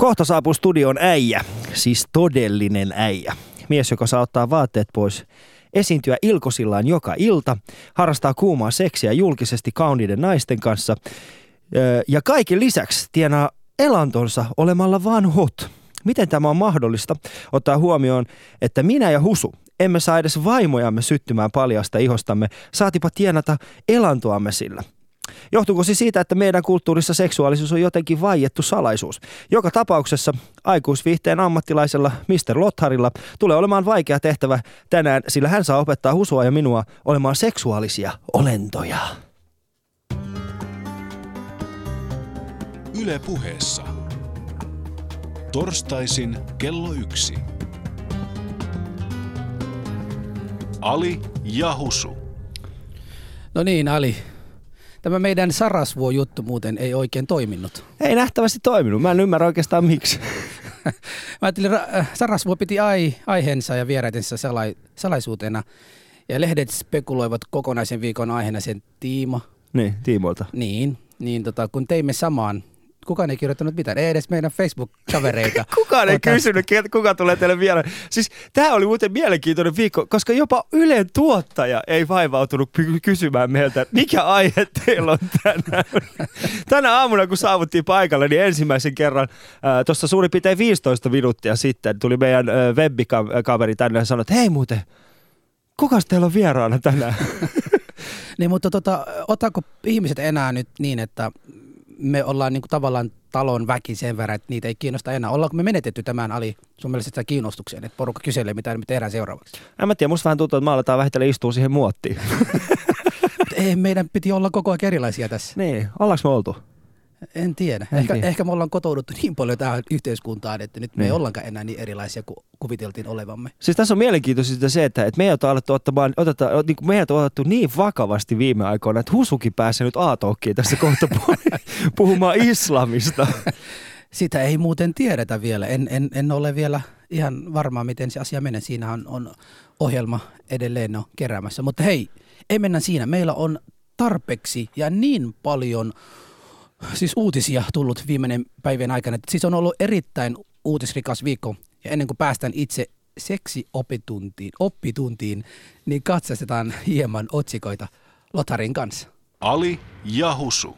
Kohta saapuu studioon äijä, siis todellinen äijä. Mies, joka saa ottaa vaatteet pois, esiintyä ilkosillaan joka ilta, harrastaa kuumaa seksiä julkisesti kauniiden naisten kanssa ja kaiken lisäksi tienaa elantonsa olemalla vaan hot. Miten tämä on mahdollista? Ottaa huomioon, että minä ja Husu emme saa edes vaimojamme syttymään paljasta ihostamme, saatipa tienata elantoamme sillä. Johtuuko se siitä, että meidän kulttuurissa seksuaalisuus on jotenkin vaiettu salaisuus? Joka tapauksessa aikuisviihteen ammattilaisella Mr. Lotharilla tulee olemaan vaikea tehtävä tänään, sillä hän saa opettaa Husua ja minua olemaan seksuaalisia olentoja. Yle Puheessa. Torstaisin kello 1. Ali ja Husu. No niin, Ali. Tämä meidän Sarasvuo-juttu muuten ei oikein toiminut. Ei nähtävästi toiminut. Mä en ymmärrä oikeastaan miksi. Mä ajattelin, Sarasvuo piti aiheensa ja vieraitensa salaisuutena. Ja lehdet spekuloivat kokonaisen viikon aiheena sen Niin, tiimoilta. Niin kun teimme samaan. Kukaan ei kirjoittanut mitään, ei edes meidän Facebook-kavereita. Kukaan ei kysynyt, kuka tulee teille vieraan. Siis tämä oli muuten mielenkiintoinen viikko, koska jopa Ylen tuottaja ei vaivautunut kysymään meiltä, mikä aihe teillä on tänään. Tänä aamuna, kun saavuttiin paikalle, niin ensimmäisen kerran tuossa suurin piirtein 15 minuuttia sitten tuli meidän webbikaveri tänne ja sanoi, että hei muuten, kukas teillä on vieraana tänään? Niin, mutta otaako ihmiset enää nyt niin, että me ollaan niinku tavallaan talon väki sen verran, että niitä ei kiinnosta enää. Ollaanko me menetetty tämän, Ali, sun mielestä sitä kiinnostukseen, että porukka kyselee, mitä me tehdään seuraavaksi? En mä tiedä, musta vähän tuntuu, että me aletaan vähitellen istua siihen muottiin. Ei, meidän piti olla koko ajan erilaisia tässä. Niin, ollaanko me oltu? En tiedä. Ehkä me ollaan kotouduttu niin paljon tähän yhteiskuntaan, että nyt me ei ollaankaan enää niin erilaisia kuin kuviteltiin olevamme. Siis tässä on mielenkiintoista se, että meidät on otettu niin vakavasti viime aikoina, että Husukin pääsee nyt A-talkkiin tässä kohta puhumaan islamista. Sitä ei muuten tiedetä vielä. En ole vielä ihan varma, miten se asia menee. Siinä on ohjelma edelleen keräämässä. Mutta hei, ei mennä siinä. Meillä on tarpeeksi ja niin paljon siis uutisia tullut viimeinen päivän aikana. Siis on ollut erittäin uutisrikas viikko. Ja ennen kuin päästään itse oppituntiin, niin katsastetaan hieman otsikoita Lotharin kanssa. Ali ja Husu.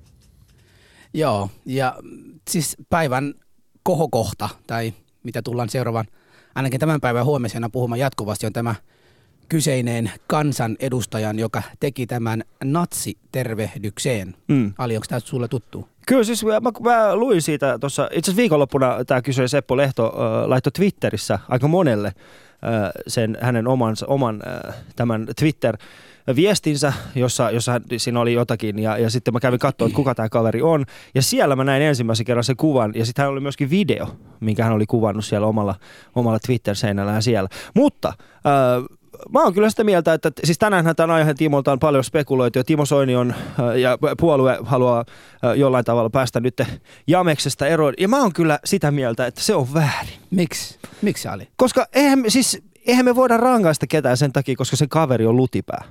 Joo, ja siis päivän kohokohta, tai mitä tullaan seuraavan, ainakin tämän päivän huomisena puhumaan jatkuvasti, on tämä kyseinen kansanedustajan, joka teki tämän natsitervehdykseen. Ali, onko tämä sulle tuttu? Kyllä, siis mä luin siitä tuossa, itse asiassa viikonloppuna tämä kysyjä Seppo Lehto laittoi Twitterissä aika monelle sen hänen oman tämän Twitter-viestinsä, jossa siinä oli jotakin, ja sitten mä kävin katsoa, että kuka tämä kaveri on, ja siellä mä näin ensimmäisen kerran sen kuvan, ja sitten hän oli myöskin video, minkä hän oli kuvannut siellä omalla Twitter-seinällään siellä. Mutta mä oon kyllä sitä mieltä, että siis tänäänhän tämän aiheen tiimoilta on paljon spekuloitu ja Timo Soini on ja puolue haluaa jollain tavalla päästä nyt Jameksesta eroon. Ja mä oon kyllä sitä mieltä, että se on väärin. Miksi? Miksi Ali? Koska eihän me voida rangaista ketään sen takia, koska sen kaveri on lutipää.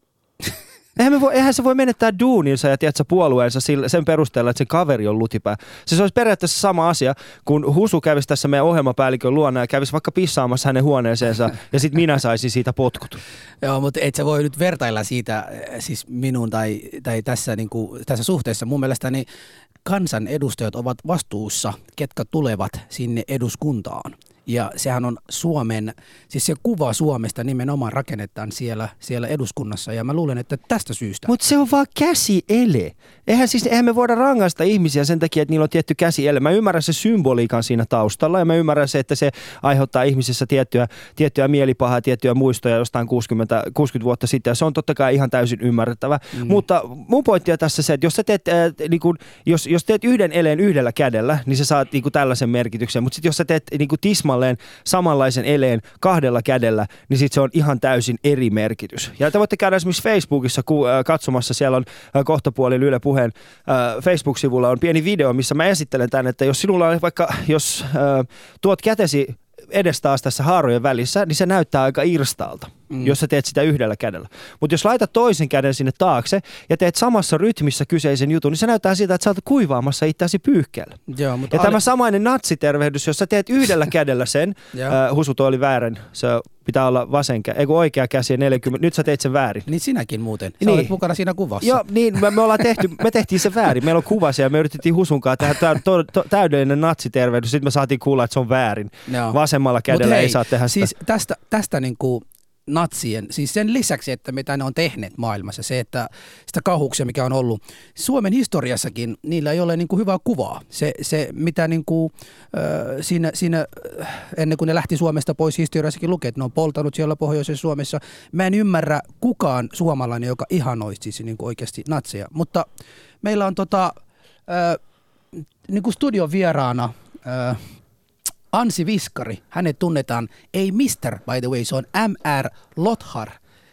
Eihän se voi menettää duuninsa ja puolueensa sen perusteella, että sen kaveri on lutipää. Se olisi periaatteessa sama asia, kun Husu kävisi tässä meidän ohjelmapäällikön luona ja kävisi vaikka pissaamassa hänen huoneeseensa ja sitten minä saisin siitä potkut. Joo, mutta et sä voi nyt vertailla siitä siis minun tai tässä, niin kuin, tässä suhteessa. Mun mielestäni kansanedustajat ovat vastuussa, ketkä tulevat sinne eduskuntaan. Ja sehän on Suomen, siis se kuva Suomesta nimenomaan rakennetaan siellä eduskunnassa ja mä luulen, että tästä syystä. Mutta se on vaan käsiele. Eihän me voida rangaista ihmisiä sen takia, että niillä on tietty käsiele. Mä ymmärrän se symboliikan siinä taustalla ja mä ymmärrän se, että se aiheuttaa ihmisissä tiettyä mielipahaa, tiettyjä muistoja jostain 60 vuotta sitten ja se on totta kai ihan täysin ymmärrettävä. Mutta mun pointti on tässä se, että jos sä teet, jos teet yhden eleen yhdellä kädellä, niin sä saat tällaisen merkityksen, mutta sitten jos sä teet tismalleen samanlaisen eleen kahdella kädellä, niin sitten se on ihan täysin eri merkitys. Ja te voitte käydä esimerkiksi Facebookissa katsomassa, siellä on kohtapuolilla Yle Puheen Facebook-sivulla on pieni video, missä mä esittelen tämän, että jos sinulla on vaikka, jos tuot kätesi edestaas tässä haarojen välissä, niin se näyttää aika irstaalta, jos sä teet sitä yhdellä kädellä. Mutta jos laitat toisen käden sinne taakse ja teet samassa rytmissä kyseisen jutun, niin se näyttää siltä, että sä oot kuivaamassa itseäsi pyyhkeellä. Joo, mutta ja tämä samainen natsitervehdys, jos sä teet yhdellä kädellä sen, Husu, toi oli väärin, se pitää olla oikea käsi ja 40, nyt sä teit sen väärin. Niin sinäkin muuten, sä olet mukana siinä kuvassa. Joo, niin me tehtiin se väärin, meillä on kuvassa ja me yritettiin Husunkaan tehdä täydellinen natsitervehdys, sitten me saatiin kuulla, että se on väärin. Joo. Vasemmalla kädellä ei saa tehdä sitä. Siis tästä niinku natsien, siis sen lisäksi, että mitä ne on tehneet maailmassa, se, että sitä kauhuksia, mikä on ollut Suomen historiassakin, niillä ei ole niin kuin hyvää kuvaa. Se mitä niin kuin, siinä ennen kuin ne lähti Suomesta pois historiassakin lukee, että ne on poltanut siellä pohjoisessa Suomessa. Mä en ymmärrä kukaan suomalainen, joka ihanoisi siis niin kuin oikeasti natseja. Mutta meillä on niin kuin studion vieraana Anssi Viskari, hänet tunnetaan, ei Mr. by the way, se on M.R. Lothar.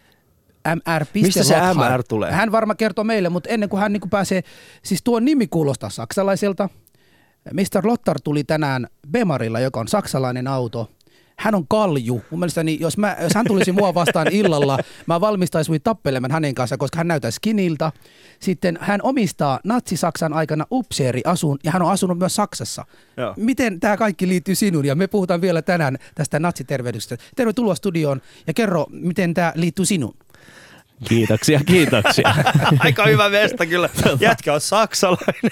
M.R. Mistä se M.R. tulee? Hän varmaan kertoo meille, mutta ennen kuin hän niin kuin pääsee, siis tuo nimi kuulostaa saksalaiselta. Mr. Lothar tuli tänään Bemarilla, joka on saksalainen auto. Hän on kalju. Mun mielestäni, jos hän tulisi mua vastaan illalla, mä valmistaisin tappelemaan hänen kanssa, koska hän näyttää skiniltä. Sitten hän omistaa Natsi-Saksan aikana upseeri-asun ja hän on asunut myös Saksassa. Joo. Miten tämä kaikki liittyy sinuun? Ja me puhutaan vielä tänään tästä natsiterveydestä. Tervetuloa studioon ja kerro, miten tämä liittyy sinuun. Kiitoksia. Aika hyvä mesta kyllä. Jätkä on saksalainen.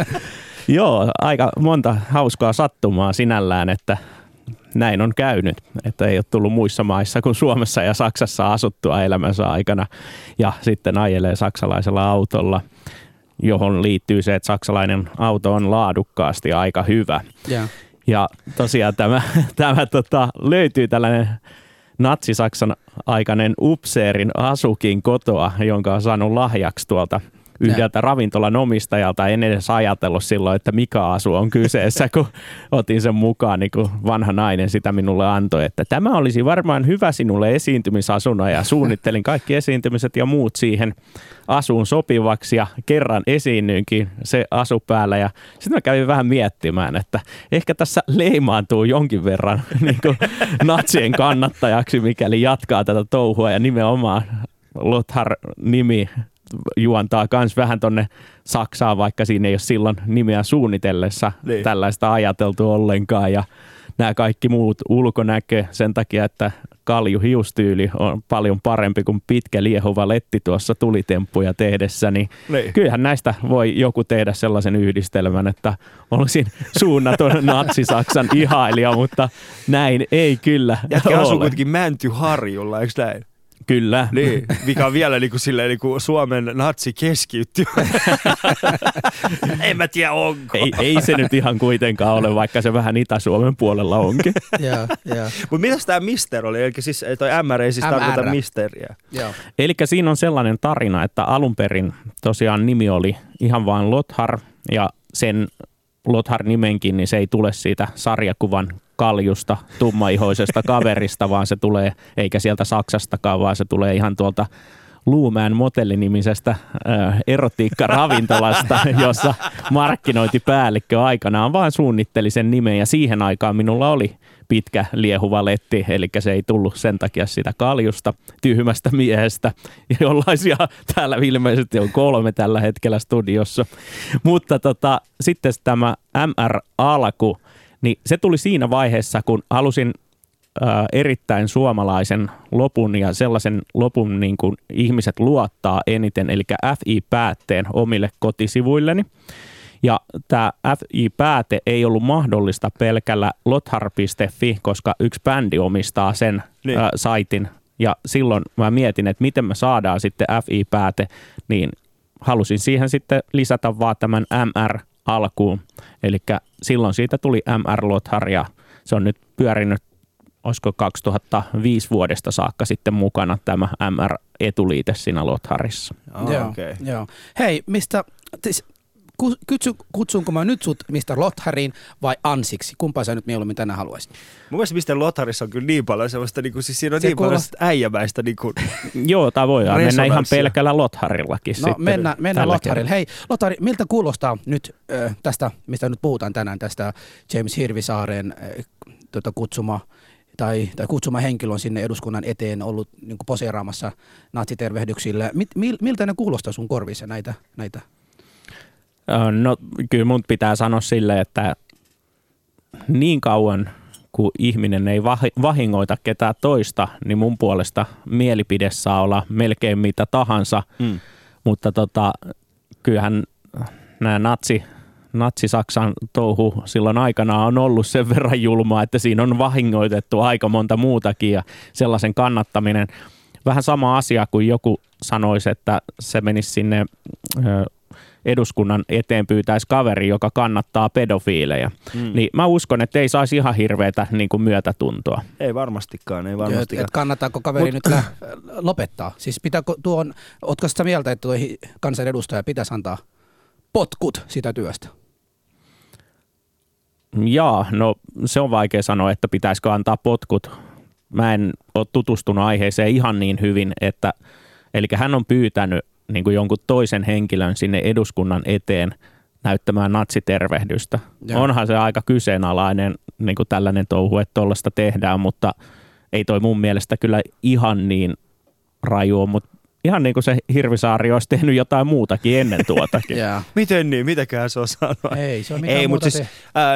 Joo, aika monta hauskaa sattumaa sinällään, että näin on käynyt, että ei ole tullut muissa maissa kuin Suomessa ja Saksassa asuttua elämänsä aikana ja sitten ajelee saksalaisella autolla, johon liittyy se, että saksalainen auto on laadukkaasti aika hyvä. Yeah. Ja tosiaan tämä löytyy tällainen natsi-Saksan aikainen upseerin asukin kotoa, jonka on saanut lahjaksi tuolta yhdeltä ravintolan omistajalta. En edes ajatellut silloin, että mikä asu on kyseessä, kun otin sen mukaan, niin kun vanha nainen sitä minulle antoi, että tämä olisi varmaan hyvä sinulle esiintymisasuna, ja suunnittelin kaikki esiintymiset ja muut siihen asuun sopivaksi ja kerran esiinnyinkin se asu päällä ja sitten mä kävin vähän miettimään, että ehkä tässä leimaantuu jonkin verran niin kuin natsien kannattajaksi, mikäli jatkaa tätä touhua ja nimenomaan Lothar-nimi juontaa myös vähän tonne Saksaan, vaikka siinä ei ole silloin nimeä suunnitellessa tällaista ajateltu ollenkaan ja nämä kaikki muut ulkonäkö sen takia, että kalju hiustyyli on paljon parempi kuin pitkä liehuva letti tuossa tulitemppuja tehdessä, niin kyllähän näistä voi joku tehdä sellaisen yhdistelmän, että olisin suunnaton natsi-Saksan ihailija, mutta näin ei kyllä ole. Ja asuu kuitenkin Mäntyharjulla, eikö näin? Kyllä. Niin, mikä on vielä niinku Suomen natsi-keskiyhtiö. En mä tiedä onko. Ei se nyt ihan kuitenkaan ole, vaikka se vähän Itä-Suomen puolella onkin. Mutta mitäs tämä Mister oli? Eli siis toi MR ei siis tarkoita Misteriä. Eli siinä on sellainen tarina, että alun perin tosiaan nimi oli ihan vain Lothar ja sen Lothar-nimenkin, niin se ei tule siitä sarjakuvan kaljusta, tummaihoisesta kaverista, vaan se tulee, eikä sieltä Saksastakaan, vaan se tulee ihan tuolta Luumäen motellinimisestä erotiikkaravintolasta, jossa markkinointipäällikkö aikanaan vaan suunnitteli sen nimen ja siihen aikaan minulla oli pitkä liehuva letti, eli se ei tullut sen takia sitä kaljusta, tyhmästä miehestä, jollaisia täällä ilmeisesti on 3 tällä hetkellä studiossa. Mutta sitten tämä MR-alku, niin se tuli siinä vaiheessa, kun halusin erittäin suomalaisen lopun ja sellaisen lopun, niin kuin ihmiset luottaa eniten, eli FI-päätteen omille kotisivuilleni. Ja tämä FI-pääte ei ollut mahdollista pelkällä lothar.fi, koska yksi bändi omistaa sen saitin. Ja silloin mä mietin, että miten me saadaan sitten FI-pääte, niin halusin siihen sitten lisätä vaan tämän MR alkuun. Eli silloin siitä tuli MR Lothar ja se on nyt pyörinyt, olisiko 2005 vuodesta saakka sitten mukana tämä MR-etuliite siinä Lotharissa. Joo. Hei, kutsunko mä nyt sut Mr. Lothariin vai Ansiksi? Kumpaa sä nyt mieluummin tänään haluaisit? Mun mielestä Mr. Lotharissa on kyllä niin paljon sellaista, niin kuin, siis siinä on niin paljon äijämäistä. Niin kuin Joo, tai voidaan mennä ihan pelkällä Lotharillakin sitten. Mennään Lotharille. Hei, Lothari, miltä kuulostaa nyt tästä, mistä nyt puhutaan tänään, tästä James Hirvisaaren kutsuma tai kutsuma henkilö on sinne eduskunnan eteen ollut niin kuin poseeraamassa natsitervehdyksillä. Miltä ne kuulostaa sun korvissa näitä? No kyllä mun pitää sanoa sille, että niin kauan kun ihminen ei vahingoita ketään toista, niin mun puolesta mielipide saa olla melkein mitä tahansa. Mutta kyllähän nämä natsi-Saksan touhu silloin aikanaan on ollut sen verran julmaa, että siinä on vahingoitettu aika monta muutakin ja sellaisen kannattaminen. Vähän sama asia kuin joku sanoisi, että se menisi sinne eduskunnan eteen pyytäisi kaveri, joka kannattaa pedofiileja. Niin mä uskon, että ei saisi ihan hirveätä niin kuin myötätuntoa. Ei varmastikaan. Kannattaako kaveri nyt lopettaa? Siis ootko sitä mieltä, että tuo kansanedustaja pitäisi antaa potkut sitä työstä? Jaa, no se on vaikea sanoa, että pitäisikö antaa potkut. Mä en ole tutustunut aiheeseen ihan niin hyvin, eli hän on pyytänyt niin kuin jonkun toisen henkilön sinne eduskunnan eteen näyttämään natsitervehdystä. Onhan se aika kyseenalainen niin kuin tällainen touhu, että tuollaista tehdään, mutta ei toi mun mielestä kyllä ihan niin raju on, mutta ihan niin kuin se Hirvisaari olisi tehnyt jotain muutakin ennen tuotakin. Miten niin? Mitäköhän se on sanoa? Ei, se on mitään muuta siis,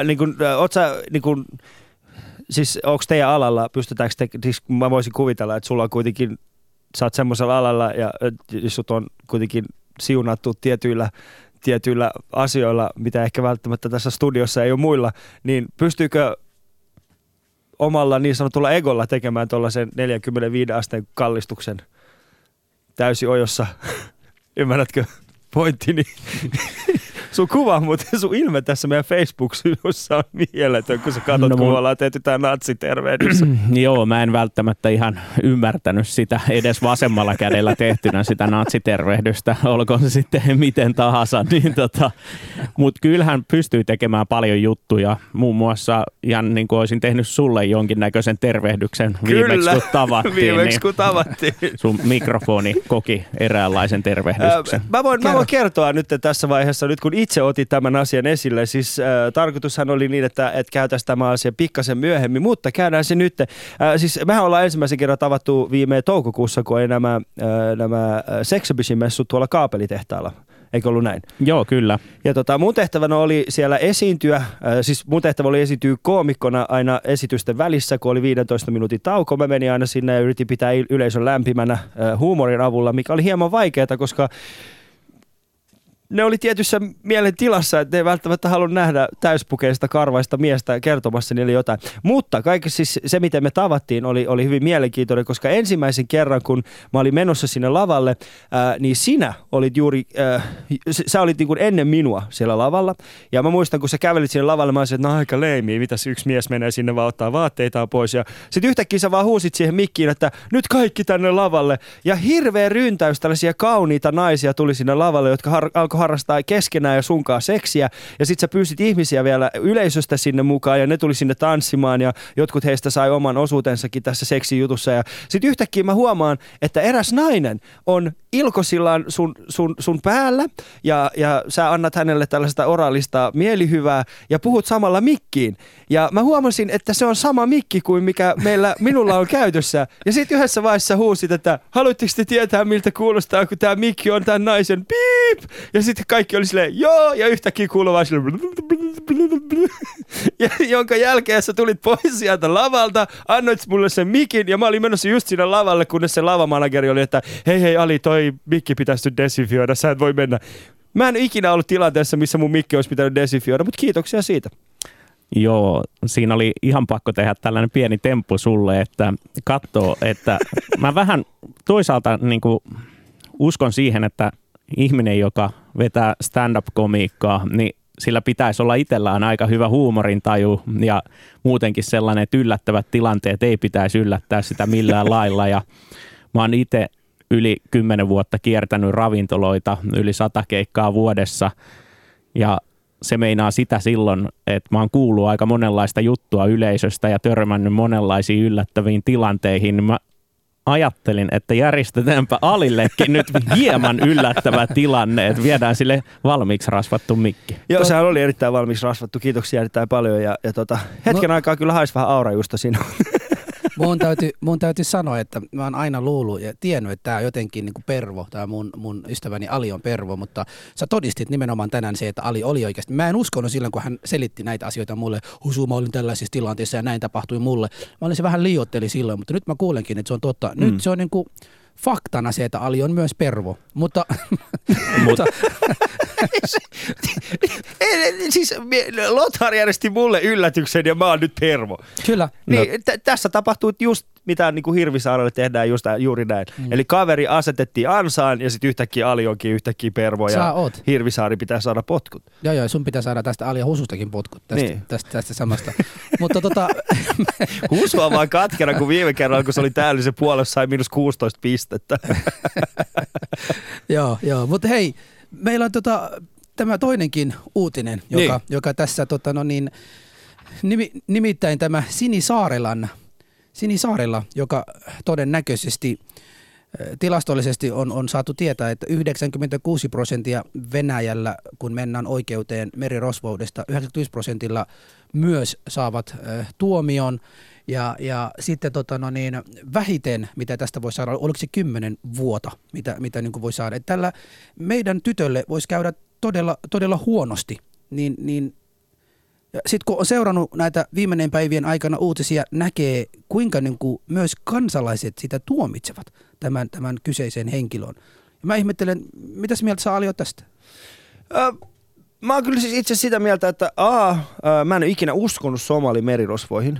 siis onko teidän alalla, siis mä voisin kuvitella, että sulla on kuitenkin, sä oot semmoisella alalla ja sut on kuitenkin siunattu tietyillä asioilla, mitä ehkä välttämättä tässä studiossa ei ole muilla, niin pystyykö omalla niin sanotulla egolla tekemään tuollaisen 45 asteen kallistuksen täysin ojossa? Ymmärrätkö pointtini? Sun kuva, mutta sun ilme tässä meidän Facebook-sivussa on mieletön, kun sä katsot, kun me ollaan tehty tää natsitervehdys. Joo, mä en välttämättä ihan ymmärtänyt sitä edes vasemmalla kädellä tehtynä sitä natsitervehdystä, olkoon se sitten miten tahansa. Niin mutta kyllähän pystyy tekemään paljon juttuja, muun muassa ihan niin kuin olisin tehnyt sulle jonkinnäköisen tervehdyksen viimeksi kun tavattiin. Viimeksi kun tavattiin. Sun mikrofoni koki eräänlaisen tervehdyksen. Mä voin kertoa nyt tässä vaiheessa, nyt kun itse otit tämän asian esille. Siis tarkoitushan oli niin, että käytäisiin tämä asia pikkasen myöhemmin, mutta käydään se nyt. Siis mehän ollaan ensimmäisen kerran tavattu viime toukokuussa, kun oli nämä Sexhibition-messut tuolla kaapelitehtaalla. Eikö ollut näin? Joo, kyllä. Ja mun tehtävänä oli siellä esiintyä, siis mun tehtävä oli esiintyä koomikkona aina esitysten välissä, kun oli 15 minuutin tauko. Mä menin aina sinne ja yritin pitää yleisön lämpimänä huumorin avulla, mikä oli hieman vaikeaa, koska ne oli tietyssä mielentilassa, että ne ei välttämättä halunnut nähdä täyspukeista karvaista miestä kertomassa niille jotain. Mutta kaikki siis se, miten me tavattiin, oli hyvin mielenkiintoinen, koska ensimmäisen kerran, kun mä olin menossa sinne lavalle, niin sinä olit juuri, sä olit niin kuin ennen minua siellä lavalla. Ja mä muistan, kun sä kävelit sinne lavalle, mä olisin, että no aika leimiä, mitäs yksi mies menee sinne vaan ottaa vaatteitaan pois. Ja sitten yhtäkkiä sä vaan huusit siihen mikkiin, että nyt kaikki tänne lavalle. Ja hirveä ryntäys, tällaisia kauniita naisia tuli sinne lavalle, jotka alkoi harrastaa keskenään ja sunkaan seksiä. Ja sit sä pyysit ihmisiä vielä yleisöstä sinne mukaan ja ne tuli sinne tanssimaan ja jotkut heistä sai oman osuutensakin tässä seksijutussa. Ja sit yhtäkkiä mä huomaan, että eräs nainen on ilkosillaan sun päällä ja sä annat hänelle tällaista oraalista mielihyvää ja puhut samalla mikkiin. Ja mä huomasin, että se on sama mikki kuin mikä minulla on käytössä. Ja sit yhdessä vaiheessa huusit, että haluatteko te tietää, miltä kuulostaa, kun tää mikki on tämän naisen piip? Ja sitten kaikki oli silleen, joo, ja yhtäkkiä kuului vaan silleen, jonka jälkeen sä tulit pois sieltä lavalta, annoit mulle sen mikin, ja mä olin menossa just sinne lavalle, kunnes se lavamanageri oli, että hei Ali, toi mikki pitäisi nyt desinfioida, sä et voi mennä. Mä en ikinä ollut tilanteessa, missä mun mikki olisi pitänyt desinfioida, mutta kiitoksia siitä. Joo, siinä oli ihan pakko tehdä tällainen pieni temppu sulle, että katsoo, että mä vähän toisaalta niin kuin uskon siihen, että ihminen, joka vetää stand-up-komiikkaa, niin sillä pitäisi olla itsellään aika hyvä huumorintaju ja muutenkin sellainen, että yllättävät tilanteet ei pitäisi yllättää sitä millään lailla. Ja mä oon itse yli 10 vuotta kiertänyt ravintoloita, yli 100 keikkaa vuodessa ja se meinaa sitä silloin, että mä oon kuullut aika monenlaista juttua yleisöstä ja törmännyt monenlaisiin yllättäviin tilanteihin. Mä ajattelin, että järjestetäänpä Alillekin nyt hieman yllättävä tilanne, että viedään sille valmiiksi rasvattu mikki. Joo, sehän oli erittäin valmiiksi rasvattu. Kiitoksia erittäin paljon. Ja hetken aikaa kyllä haisi vähän aurajuusta siinä. Mun täytyy sanoa, että mä oon aina luullut ja tiennyt, että tää on jotenkin niin kuin pervo, tää mun ystäväni Ali on pervo, mutta sä todistit nimenomaan tänään se, että Ali oli oikeasti. Mä en uskonut silloin, kun hän selitti näitä asioita mulle, Husu, mä olin tällaisissa tilanteissa ja näin tapahtui mulle. Mä olin se vähän liioitteli silloin, mutta nyt mä kuulenkin, että se on totta. Nyt se on niin kuin faktana se, että Ali on myös pervo, mutta siis Lothar järjesti mulle yllätyksen ja mä oon nyt pervo. Kyllä. Niin, tässä tapahtuu just mitä niin kuin Hirvisaarelle tehdään juuri näin. Eli kaveri asetettiin ansaan ja sitten yhtäkkiä Ali onkin yhtäkkiä pervo ja Hirvisaari pitää saada potkut. Joo, sun pitää saada tästä Ali ja Husustakin potkut tästä samasta. Mutta Husu on vaan katkera kuin viime kerralla, kun se oli täällä, se puolessa sai -16 pistettä. Joo, mutta hei, meillä on tämä toinenkin uutinen, joka tässä nimittäin tämä Sinisaarella, joka todennäköisesti tilastollisesti on saatu tietää, että 96% Venäjällä, kun mennään oikeuteen merirosvoudesta, 95% myös saavat tuomion. Ja sitten vähiten, mitä tästä voi saada, oliko se 10 vuotta, mitä niin kuin voi saada. Että tällä meidän tytölle voisi käydä todella huonosti, niin sitten kun on seurannut näitä viimeinen päivien aikana uutisia, näkee kuinka niin kuin myös kansalaiset sitä tuomitsevat tämän kyseisen henkilön. Mä ihmettelen, mitäs mieltä sä Ali oot tästä? Mä oon kyllä siis itse sitä mieltä, että mä en ole ikinä uskonut Somalin merirosvoihin.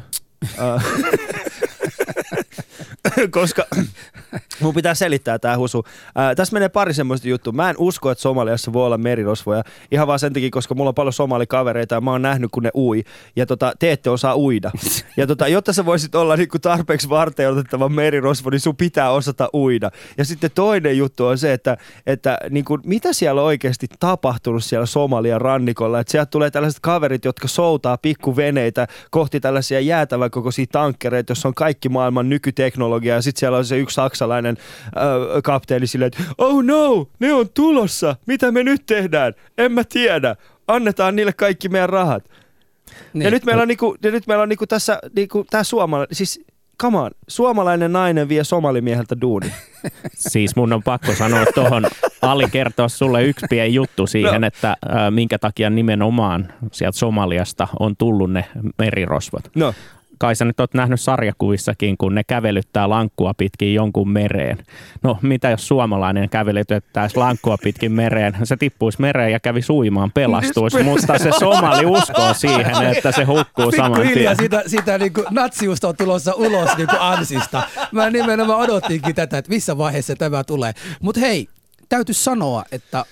Koska mun pitää selittää tää Husu. Tässä menee pari semmoista juttua. Mä en usko, että Somaliassa voi olla merirosvoja. Ihan vaan sen takia, koska mulla on paljon somalikavereita ja mä oon nähnyt, kun ne ui. Ja te ette osaa uida. Ja jotta sä voisit olla niinku tarpeeksi varten otettava merirosvo, niin sun pitää osata uida. Ja sitten toinen juttu on se, että niinku, mitä siellä on oikeasti tapahtunut siellä Somalian rannikolla. Että sieltä tulee tällaiset kaverit, jotka soutaa pikkuveneitä kohti tällaisia jäätävän kokoisia tankkereita, jossa on kaikki maailman nykyteknologia. Ja sitten siellä on se yksi saksalainen kapteeni silleen, että oh no, ne on tulossa. Mitä me nyt tehdään? En mä tiedä. Annetaan niille kaikki meidän rahat. Niin. Ja nyt meillä on niinku tässä niinku tää suomalainen, siis come on, suomalainen nainen vie somalimieheltä duuni. Siis mun on pakko sanoa tuohon, Ali kertoa sulle yksi pieni juttu siihen, että minkä takia nimenomaan sieltä Somaliasta on tullut ne merirosvot. No. Kai sä nyt oot nähnyt sarjakuvissakin, kun ne kävelyttää lankkua pitkin jonkun mereen. No mitä jos suomalainen kävelyttäisi lankkua pitkin mereen? Se tippuisi mereen ja kävi uimaan, pelastuisi, mutta se somali uskoo siihen, että se hukkuu saman tien. Sitä niin kuin natsiusta on tulossa ulos niin kuin ansista. Mä nimenomaan odottinkin tätä, että missä vaiheessa tämä tulee. Mutta hei, täytyy sanoa, että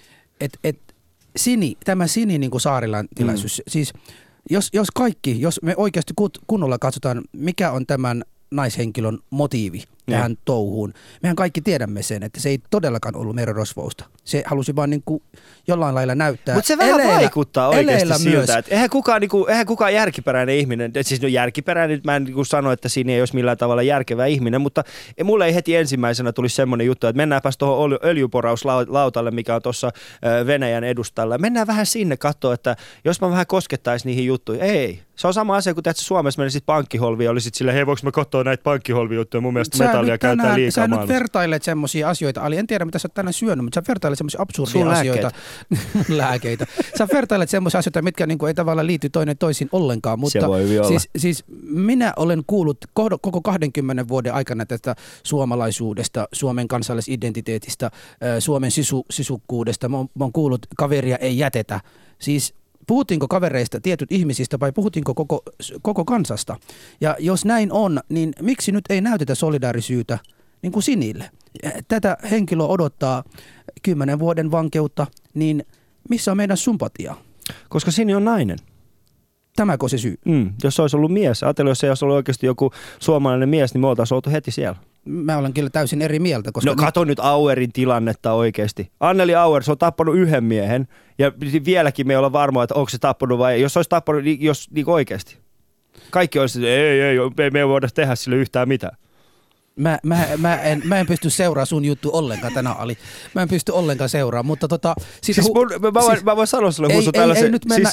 tämä Sini niin kuin Saarilan tilaisuus, siis jos me oikeasti kunnolla katsotaan, mikä on tämän naishenkilön motiivi tähän touhuun. Mehän kaikki tiedämme sen, että se ei todellakaan ollut merirosvousta. Se halusi vaan niin kuin jollain lailla näyttää. Mutta se vähän vaikuttaa oikeasti siltä, että eihän kukaan järkiperäinen ihminen, siis järkiperäinen, mä en niin sano, että siinä ei olisi millään tavalla järkevä ihminen, mutta mulle ei heti ensimmäisenä tulisi semmoinen juttu, että mennäänpäs tuohon öljyporauslautalle, mikä on tuossa Venäjän edustalla. Mennään vähän sinne katsoa, että jos mä vähän koskettaisiin niihin juttuihin. Ei. Se on sama asia kuin että Suomessa menisit pankkiholviin ja olisit silleen, hei voiko mä katsoa näitä pankkiholvijuttuja, mun mielestä metallia käytetään liikaa maailmassa. Sä nyt vertailet semmoisia asioita, Ali, en tiedä mitä sä oot tänään syönyt, mutta sä vertailet semmoisia absurdia asioita. Lääkeitä. Sä vertailet semmoisia asioita, mitkä niinku ei tavallaan liity toinen toisiin ollenkaan, mutta siis minä olen kuullut koko 20 vuoden aikana tästä suomalaisuudesta, Suomen kansallisidentiteetistä, Suomen sisukkuudesta. Mä oon kuullut, kaveria ei jätetä. Siis puhuttiinko kavereista, tietyt ihmisistä vai puhuttiinko koko kansasta? Ja jos näin on, niin miksi nyt ei näytetä solidaarisyyttä niin kuin Sinille? Tätä henkilöä odottaa 10 vuoden vankeutta, niin missä on meidän sympatia? Koska Sini on nainen. Tämäkö se syy? Jos se olisi ollut mies, ajattelin, jos se olisi ollut oikeasti joku suomalainen mies, niin me oltaisiin oltu heti siellä. Mä olen kyllä täysin eri mieltä. Koska kato nyt Auerin tilannetta oikeasti. Anneli Auer, se on tappanut yhden miehen ja vieläkin me ei olla varmoja, että onko se tappanut vai jos se olisi tappanut, niin oikeasti. Kaikki olisi, ei, me ei voida tehdä sille yhtään mitään. Mä en pysty seuraamaan sun juttu ollenkaan tänään, Ali. Mä en pysty ollenkaan seuraamaan, mutta siis mä voin sanoa sulle, Husu, tällaisen,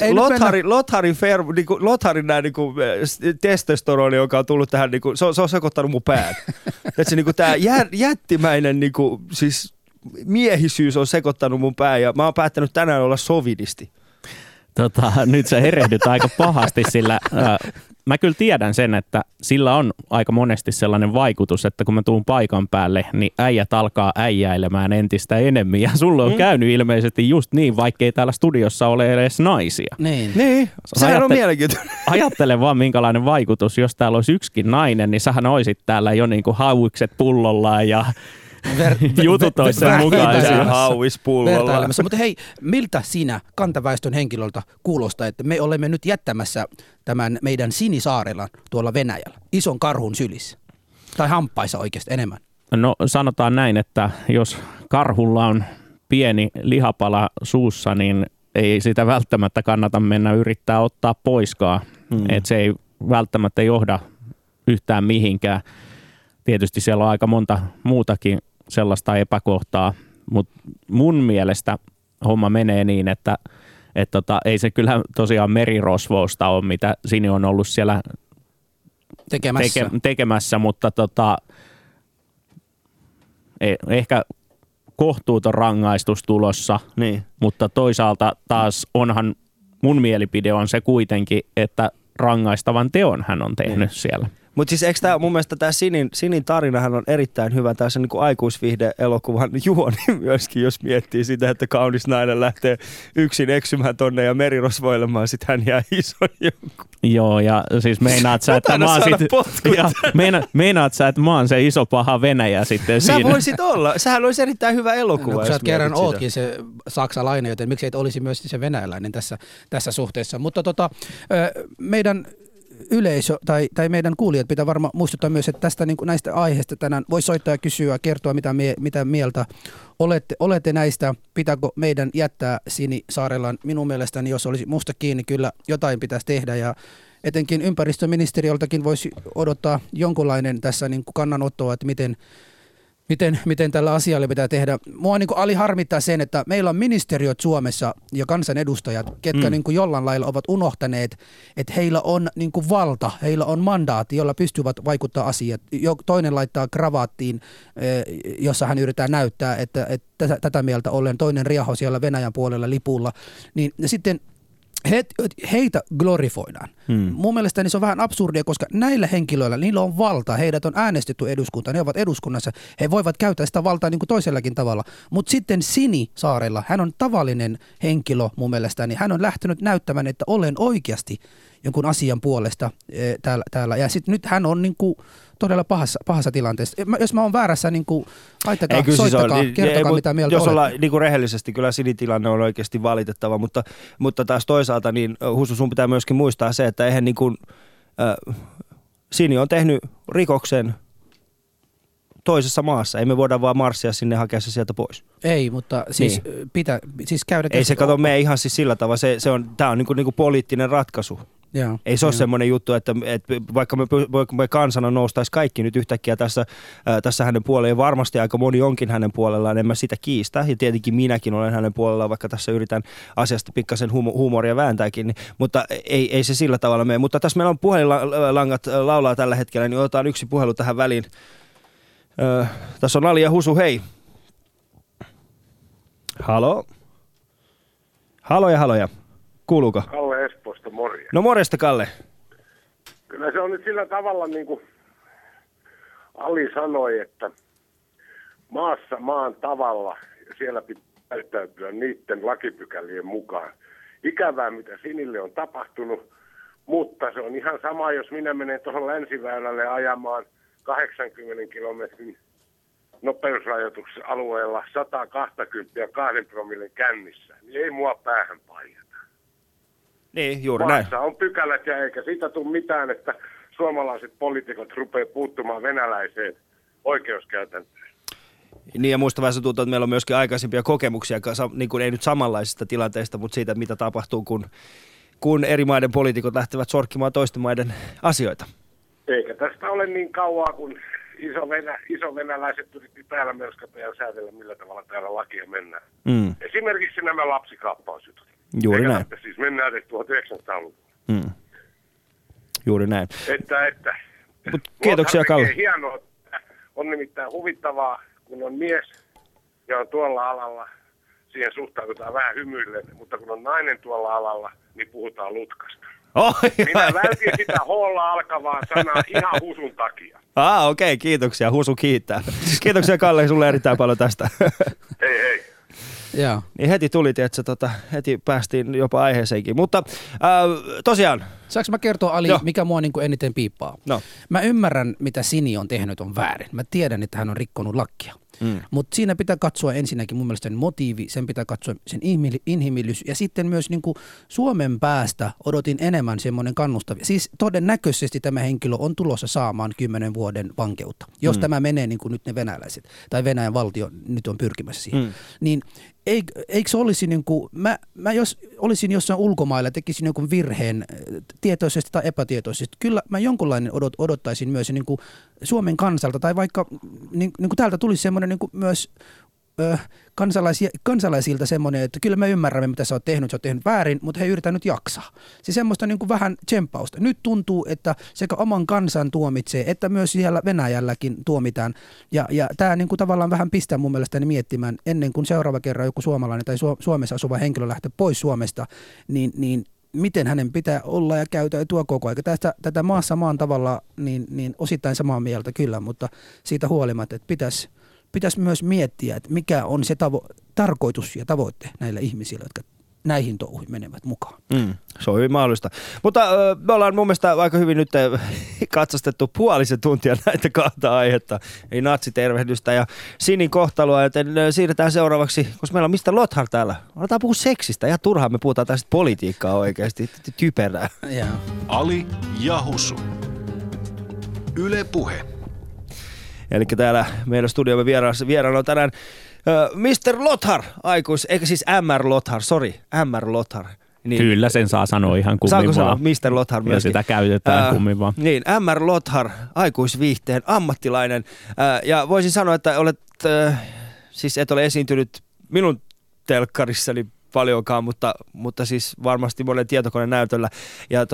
Lotharin nää niinku testosteroni, joka on tullut tähän, niinku, se on sekoittanut mun pään. Että se niinku tää jättimäinen niinku, siis miehisyys on sekoittanut mun pään ja mä oon päättänyt tänään olla sovinisti. Nyt sä herehdyt aika pahasti, sillä mä kyllä tiedän sen, että sillä on aika monesti sellainen vaikutus, että kun mä tuun paikan päälle, niin äijät alkaa äijäilemään entistä enemmän. Ja sulle on käynyt ilmeisesti just niin, vaikkei täällä studiossa ole edes naisia. Niin. Sehän on mielenkiintoinen. Ajattele vaan, minkälainen vaikutus, jos täällä olisi yksikin nainen, niin sähän oisit täällä jo niin kuin hauikset pullollaan ja jutut olisi sen mukaisia. Hauispullolla. Mutta hei, miltä sinä kantaväestön henkilöltä kuulostaa, että me olemme nyt jättämässä tämän meidän Sinisaarella tuolla Venäjällä, ison karhun sylissä? Tai hampaissa oikeasti enemmän? No sanotaan näin, että jos karhulla on pieni lihapala suussa, niin ei sitä välttämättä kannata mennä yrittää ottaa poiskaan. Et se ei välttämättä johda yhtään mihinkään. Tietysti siellä on aika monta muutakin sellaista epäkohtaa, mutta mun mielestä homma menee niin, että ei se kyllä tosiaan merirosvousta ole, mitä Sini on ollut siellä tekemässä, mutta ehkä kohtuuton rangaistus tulossa, niin. Mutta toisaalta taas onhan mun mielipide on se kuitenkin, että rangaistavan teon hän on tehnyt siellä. Mutta siis eikö tämä mun mielestä tämä Sinin tarinahan on erittäin hyvä, tämä se niinku aikuisviihde-elokuvan juoni myöskin, jos miettii sitä, että kaunis nainen lähtee yksin eksymään tonne ja merirosvoilemaan, sit hän jää ison jonkun. Joo, ja siis meinaat sä, että mä oon se iso paha Venäjä sitten sä siinä. Sä voisit olla, sähän olisi erittäin hyvä elokuva. No, kun sä kerran ootkin se saksalainen, joten miksi et olisi myös se venäläinen tässä suhteessa. Mutta meidän yleisö tai meidän kuulijat pitää varmaan muistuttaa myös, että tästä niin kuin näistä aiheista tänään voi soittaa ja kysyä, kertoa mitä mieltä olette näistä. Pitääkö meidän jättää Sinisaarellaan? Minun mielestäni, jos olisi musta kiinni, kyllä jotain pitäisi tehdä ja etenkin ympäristöministeriöltäkin voisi odottaa jonkunlainen tässä niin kuin kannanottoa, että miten tällä asialle pitää tehdä. Mua niin kuin Ali harmittaa sen, että meillä on ministeriöt Suomessa ja kansanedustajat, ketkä niin kuin jollain lailla ovat unohtaneet, että heillä on niin kuin valta, heillä on mandaatti, jolla pystyvät vaikuttaa asiat. Toinen laittaa kravaattiin, jossa hän yrittää näyttää, että tätä mieltä ollen, toinen riaho siellä Venäjän puolella lipulla. Niin sitten heitä glorifoidaan. Mun mielestäni se on vähän absurdia, koska näillä henkilöillä, niillä on valta, heidät on äänestetty eduskuntaan, ne ovat eduskunnassa, he voivat käyttää sitä valtaa niin kuin toisellakin tavalla. Mutta sitten Sinisaarella, hän on tavallinen henkilö mun mielestäni, hän on lähtenyt näyttämään, että olen oikeasti jonkun asian puolesta täällä. Ja sitten nyt hän on niin kuin todella pahassa tilanteessa. Jos mä oon väärässä, niin kuin laittakaa, soittakaa, kertokaa mitä mieltä jos olette. ollaan niin kuin rehellisesti, kyllä Sini-tilanne on oikeasti valitettava, mutta taas toisaalta, niin Husu, sun pitää myöskin muistaa se, että eihän niin kuin, Sini on tehnyt rikoksen toisessa maassa. Ei me voida vaan marssia sinne ja hakea se sieltä pois. Ei, mutta siis niin. pitää siis käydä. Ei se kato mene ihan siis sillä tavalla. Tämä on niin kuin poliittinen ratkaisu. Jaa, ei se ole semmoinen juttu, että vaikka me kansana noustaisi kaikki nyt yhtäkkiä tässä hänen puolellaan, ja varmasti aika moni onkin hänen puolellaan, en mä sitä kiistä, ja tietenkin minäkin olen hänen puolellaan, vaikka tässä yritän asiasta pikkasen huumoria vääntääkin, niin, mutta ei se sillä tavalla mene. Mutta tässä meillä on puhelinlangat laulaa tällä hetkellä, niin otetaan yksi puhelu tähän väliin. Tässä on Ali ja Husu, hei. Halo? Haloja. Kuuluuko? Kalle Espoosta, morjens. No morjesta, Kalle. Kyllä se on nyt sillä tavalla, niin kuin Ali sanoi, että maassa maan tavalla ja siellä pitää täyttäytyä niiden lakipykälien mukaan. Ikävää, mitä Sinille on tapahtunut, mutta se on ihan sama, jos minä menen tuohon länsiväylälle ajamaan 80 kilometrin nopeusrajoituksen alueella 120 ja 2 promillen kännissä, niin ei mua päähän paijata. Niin, juuri näin. Maassa on pykälät ja eikä siitä tule mitään, että suomalaiset poliitikot rupeaa puuttumaan venäläiseen oikeuskäytäntöön. Niin ja muista vähän se tuntuu, että meillä on myöskin aikaisempia kokemuksia, niin kuin ei nyt samanlaisista tilanteista, mutta siitä, mitä tapahtuu, kun eri maiden poliitikot lähtevät sorkkimaan toisten maiden asioita. Eikä tästä ole niin kauaa, kun Isovenäläiset yritti täällä mörskata ja säädellä, millä tavalla täällä lakia mennään. Mm. Esimerkiksi nämä lapsikaappausjutut. Juuri eikä näin. Siis mennään edes 1900-luvulla. Mm. Juuri näin. Että. Mut kiitoksia, Kalle. Hienoa. On nimittäin huvittavaa, kun on mies ja on tuolla alalla, siihen suhtaudutaan vähän hymyillen, mutta kun on nainen tuolla alalla, niin puhutaan lutkasta. Minä vältin sitä H:lla alkavaa sanaa ihan Husun takia. Okei, kiitoksia. Husu kiittää. Kiitoksia, Kalle, sulle erittäin paljon tästä. Hei. Joo. Niin heti tuli, että heti päästiin jopa aiheeseenkin. Mutta tosiaan. Saanko mä kertoa, Ali, mikä mua niin kuin eniten piippaa? No. Mä ymmärrän, mitä Sini on tehnyt on väärin. Mä tiedän, että hän on rikkonut lakia. Mutta siinä pitää katsoa ensinnäkin mun mielestä sen motiivi, sen pitää katsoa sen inhimillisyys ja sitten myös niin kuin Suomen päästä odotin enemmän semmoinen kannustavia. Siis todennäköisesti tämä henkilö on tulossa saamaan 10 vuoden vankeutta, jos tämä menee niin kuin nyt ne venäläiset tai Venäjän valtio nyt on pyrkimässä siihen. Niin eikö se olisi niin kuin, mä jos olisin jossain ulkomailla tekisin jonkun virheen tietoisesti tai epätietoisesti, kyllä mä jonkunlainen odottaisin myös niin kuin Suomen kansalta tai vaikka niin kuin täältä tulisi semmoinen niin kuin myös kansalaisilta semmoinen, että kyllä me ymmärrämme, mitä sä oot tehnyt väärin, mutta he yritetään nyt jaksaa. Se semmoista niin kuin vähän tsemppausta. Nyt tuntuu, että sekä oman kansan tuomitsee, että myös siellä Venäjälläkin tuomitaan. Ja tämä niin kuin tavallaan vähän pistää mun mielestäni miettimään, ennen kuin seuraava kerran joku suomalainen tai Suomessa asuva henkilö lähtee pois Suomesta, niin miten hänen pitää olla ja käytäytyä koko ajan. Tätä maassa maan tavalla niin osittain samaa mieltä kyllä, mutta siitä huolimatta, että pitäisi myös miettiä, että mikä on se tarkoitus ja tavoite näillä ihmisillä, jotka näihin touhuihin menevät mukaan. Se on hyvin mahdollista. Mutta me ollaan mun mielestä aika hyvin nyt katsastettu puolisen tuntia näitä kahta aihetta, eli natsitervehdystä ja Sinin kohtaloa, joten siirretään seuraavaksi, koska meillä on Mr. Lothar täällä. Aletaan puhua seksistä ja turhaan me puhutaan tästä politiikkaa oikeasti, typerää. Yeah. Ali ja Husu. Yle Puhe. Eli täällä meidän studiomme vieraana on tänään Mr. Lothar, eikä siis MR Lothar. Niin, kyllä sen saa sanoa ihan kummin saanko vaan. sanoa Mr. Lothar myöskin? Ja sitä käytetään kummin vaan. Niin, MR Lothar, aikuisviihteen ammattilainen. Ja voisin sanoa, että olet, siis et ole esiintynyt minun telkkarissani paljonkaan, mutta siis varmasti monen tietokoneen näytöllä. Ja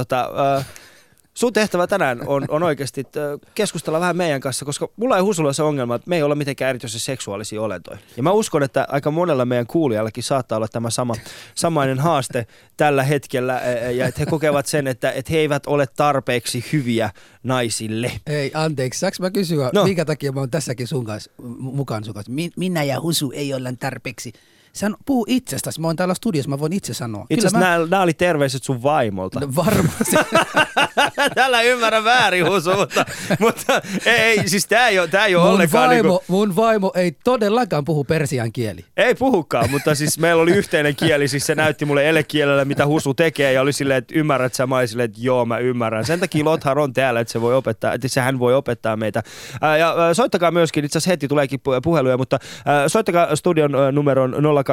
sun tehtävä tänään on oikeasti keskustella vähän meidän kanssa, koska mulla ei Husulla se ongelma, että me ei olla mitenkään erityisesti seksuaalisia olentoja. Ja mä uskon, että aika monella meidän kuulijallakin saattaa olla tämä samainen haaste tällä hetkellä, ja että he kokevat sen, että he eivät ole tarpeeksi hyviä naisille. Ei, anteeksi, saanko mä kysyä, minkä takia mä oon tässäkin mukaan sun kanssa? Minä ja Husu ei olla tarpeeksi. Sä puhuu itsestäsi. Mä oon täällä studiossa, mä voin itse sanoa. Itse asiassa nämä oli terveiset sun vaimolta. No, varmasti. Tällä ymmärrä väärin, Husu, mutta ei, siis tää ei ole ollenkaan Mun vaimo ei todellakaan puhu persian kieli. Ei puhukaan, mutta siis meillä oli yhteinen kieli, siis se näytti mulle elekielellä, mitä Husu tekee, ja oli silleen, että ymmärrät sä, mä olin silleen, että joo, mä ymmärrän. Sen takia Lothar on täällä, että hän voi opettaa meitä. Ja soittakaa myöskin, itse asiassa heti tuleekin puheluja, mutta soittakaa studion numeron 020690001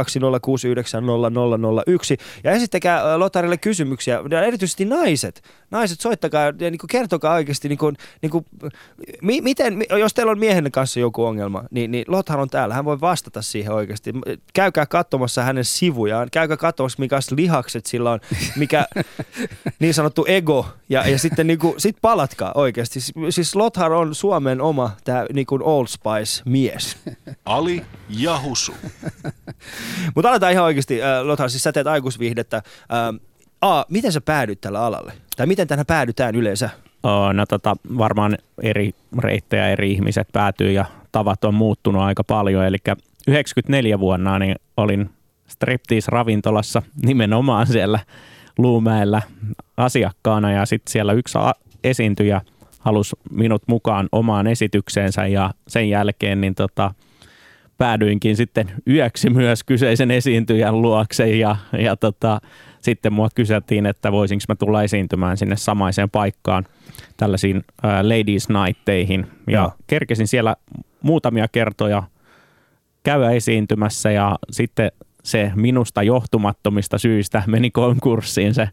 ja esittäkää Lotharille kysymyksiä, ja erityisesti naiset, soittakaa ja niin kuin kertokaa oikeasti, miten, jos teillä on miehen kanssa joku ongelma, niin Lothar on täällä, hän voi vastata siihen oikeasti. Käykää katsomassa hänen sivujaan, käykää katsomassa mikä lihakset sillä on, mikä niin sanottu ego, ja sitten sit palatkaa oikeasti. Siis Lothar on Suomen oma tää niin kuin Old Spice-mies. Ali ja Husu. Mutta aletaan ihan oikeasti, Lothar, siis sä teet aikuisviihdettä. Miten sä päädyt tällä alalle? Tai miten tähän päädytään yleensä? Varmaan eri reittejä eri ihmiset päätyy ja tavat on muuttunut aika paljon. Eli 94 vuonna niin olin striptease-ravintolassa nimenomaan siellä Luumäellä asiakkaana ja sitten siellä yksi esiintyjä halusi minut mukaan omaan esitykseensä ja sen jälkeen niin päädyinkin sitten yöksi myös kyseisen esiintyjän luokse ja sitten mua kyseltiin, että voisinko mä tulla esiintymään sinne samaiseen paikkaan tällaisiin ladies nightteihin. Ja kerkesin siellä muutamia kertoja käydä esiintymässä ja sitten se minusta johtumattomista syistä meni konkurssiin se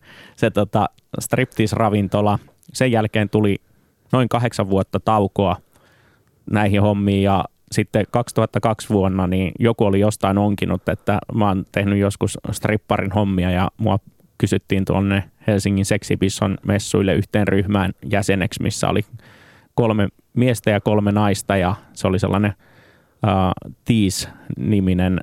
striptease-ravintola. Sen jälkeen tuli noin 8 vuotta taukoa näihin hommiin ja sitten 2002 vuonna niin joku oli jostain onkinut, että mä oon tehnyt joskus stripparin hommia ja mua kysyttiin tuonne Helsingin Sexhibition messuille yhteen ryhmään jäseneksi, missä oli 3 miestä ja 3 naista ja se oli sellainen Tease-niminen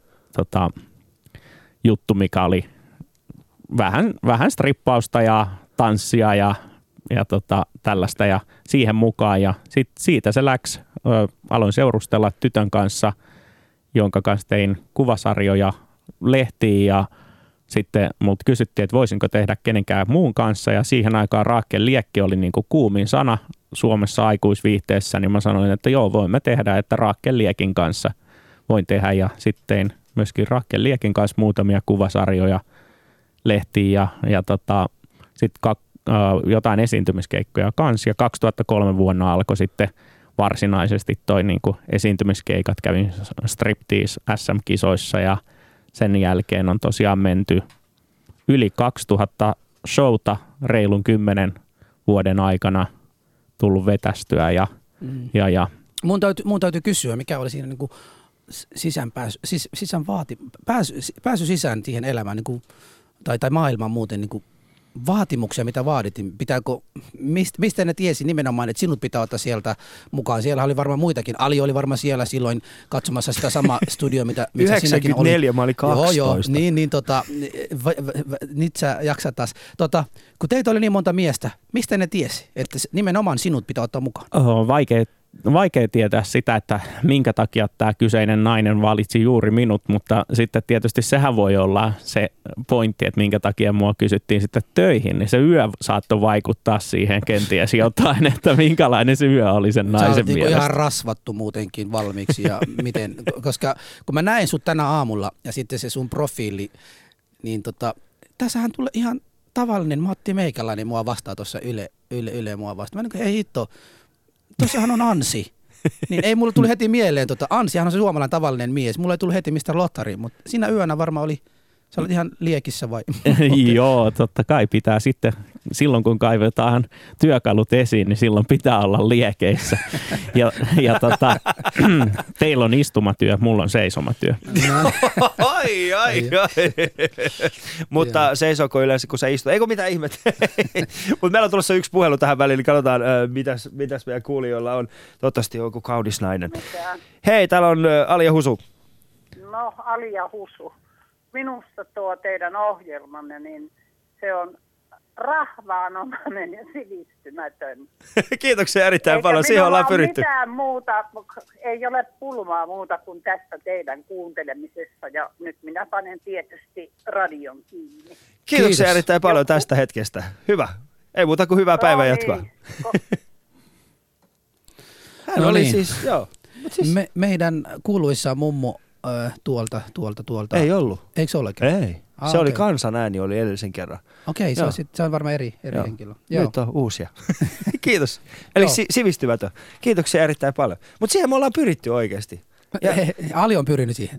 juttu, mikä oli vähän strippausta ja tanssia ja tällaista ja siihen mukaan ja siitä se läks. Aloin seurustella tytön kanssa, jonka kanssa tein kuvasarjoja lehtiin ja sitten mut kysyttiin, että voisinko tehdä kenenkään muun kanssa ja siihen aikaan raakkeliekki oli niin kuin kuumin sana Suomessa aikuisviihteessä, niin mä sanoin, että joo, voimme tehdä, että raakkeliekin kanssa voin tehdä ja sitten tein myöskin raakkeliekin kanssa muutamia kuvasarjoja lehtiin ja sitten jotain esiintymiskeikkoja kanssa ja 2003 vuonna alkoi sitten varsinaisesti toi niin kuin esiintymiskeikat, kävin Striptease SM-kisoissa ja sen jälkeen on tosiaan menty yli 2000 showta reilun 10 vuoden aikana tullut vetästyä ja Mun täytyy kysyä, mikä oli siinä niinku pääsy sisään siihen elämään niinku, tai maailmaan muuten niinku vaatimuksia, mitä vaadittiin. Mistä ne tiesi nimenomaan, että sinut pitää ottaa sieltä mukaan? Siellä oli varmaan muitakin. Ali oli varmaan siellä silloin katsomassa sitä samaa studio, mitä sinäkin oli. 94, mä olin 12. Joo, nyt sä jaksat taas. Kun teitä oli niin monta miestä, mistä ne tiesi, että nimenomaan sinut pitää ottaa mukaan? Vaikea tietää sitä, että minkä takia tämä kyseinen nainen valitsi juuri minut, mutta sitten tietysti sehän voi olla se pointti, että minkä takia mua kysyttiin sitten töihin, niin se yö saattoi vaikuttaa siihen kenties jotain, että minkälainen se yö oli sen naisen mielestä. Ihan rasvattu muutenkin valmiiksi ja miten, koska kun mä näin sut tänä aamulla ja sitten se sun profiili, niin tässähän tulee ihan tavallinen Matti Meikäläinen mua vastaa tuossa Yle mua vastaan. Mä niin ei hitto. Tossahan on Ansi. Niin ei mulle tuli heti mieleen, Ansihan on se suomalainen tavallinen mies. Mulla ei tullut heti Mr. Lottari, mutta siinä yönä varmaan sä olet ihan liekissä vai? Joo, totta kai pitää sitten, silloin kun kaivetaan työkalut esiin, niin silloin pitää olla liekeissä. Teillä on istumatyö, mulla on seisomatyö. Ai. Mutta seisoko yleensä, kun sä istut? Eikö mitään ihmettä? Mutta meillä on tulossa yksi puhelu tähän väliin, niin katsotaan, mitäs meidän kuulijoilla on. Toivottavasti joku kaunis nainen. Hei, täällä on Ali ja Husu. No, Ali ja Husu. Minusta tuo teidän ohjelmanne, niin se on rahvaanomainen ja sivistymätön. Kiitoksia erittäin paljon, siihen ollaan pyritty. Mitään muuta, ei ole pulmaa muuta kuin tästä teidän kuuntelemisessa ja nyt minä panen tietysti radion kiinni. Kiitoksia erittäin paljon tästä hetkestä. Hyvä. Ei muuta kuin hyvää päivänjatkoa. Hän oli siis, joo. Siis meidän kuuluissa mummo tuolta. Ei ollut. Eikö se olekaan? Ei. Se oli Kansan ääni, oli edellisen kerran. Okei, se on varmaan eri henkilö. Nyt on uusia. Kiitos. Eli sivistymätön. Kiitoksia erittäin paljon. Mutta siihen me ollaan pyritty oikeasti. Ali on pyrinyt siihen.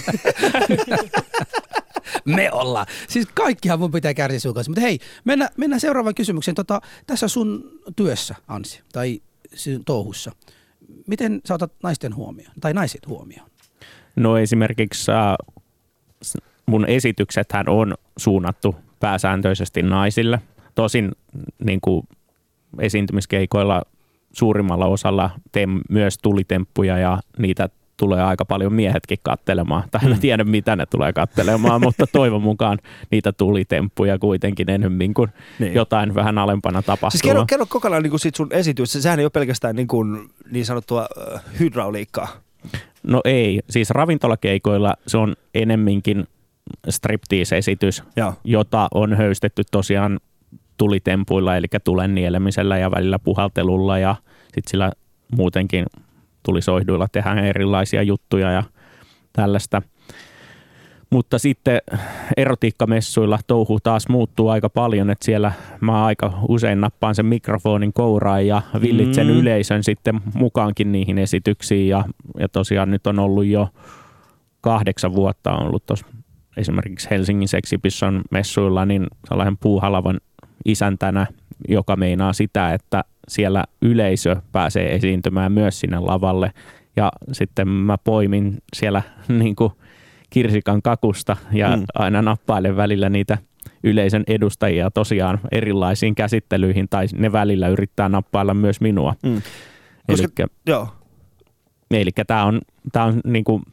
Me ollaan. Siis kaikkihan mun pitää kärsiä sun kanssa. Mutta hei, mennään seuraavaan kysymykseen. Tässä sun työssä, Ansi, tai sun touhussa. Miten sä otat naisten huomioon, tai naiset huomioon? No esimerkiksi mun esityksethän on suunnattu pääsääntöisesti naisille. Tosin niin kuin esiintymiskeikoilla suurimmalla osalla teen myös tulitemppuja ja niitä tulee aika paljon miehetkin katselemaan. Tai en tiedä mitä ne tulee katselemaan, mutta toivon mukaan niitä tulitemppuja kuitenkin enemmän kuin jotain vähän alempana tapahtuu. Siis kerro kokonaan niin kuin sit sun esitys. Sehän ei ole pelkästään niin sanottua hydrauliikkaa. No ei. Siis ravintolakeikoilla se on enemminkin striptease-esitys, jota on höystetty tosiaan tulitempuilla, eli tulen nielemisellä ja välillä puhaltelulla ja sitten sillä muutenkin tulisoihduilla tehdään erilaisia juttuja ja tällaista. Mutta sitten erotiikkamessuilla touhu taas muuttuu aika paljon, että siellä mä aika usein nappaan sen mikrofonin kouraan ja villitsen yleisön sitten mukaankin niihin esityksiin ja tosiaan nyt on ollut jo 8 vuotta on ollut tuossa esimerkiksi Helsingin Sexhibition messuilla niin sellainen puuhalavan isäntänä, joka meinaa sitä, että siellä yleisö pääsee esiintymään myös sinne lavalle. Ja sitten mä poimin siellä niin kuin kirsikan kakusta ja aina nappailen välillä niitä yleisön edustajia tosiaan erilaisiin käsittelyihin, tai ne välillä yrittää nappailla myös minua. Elikkä tämä on niin kuin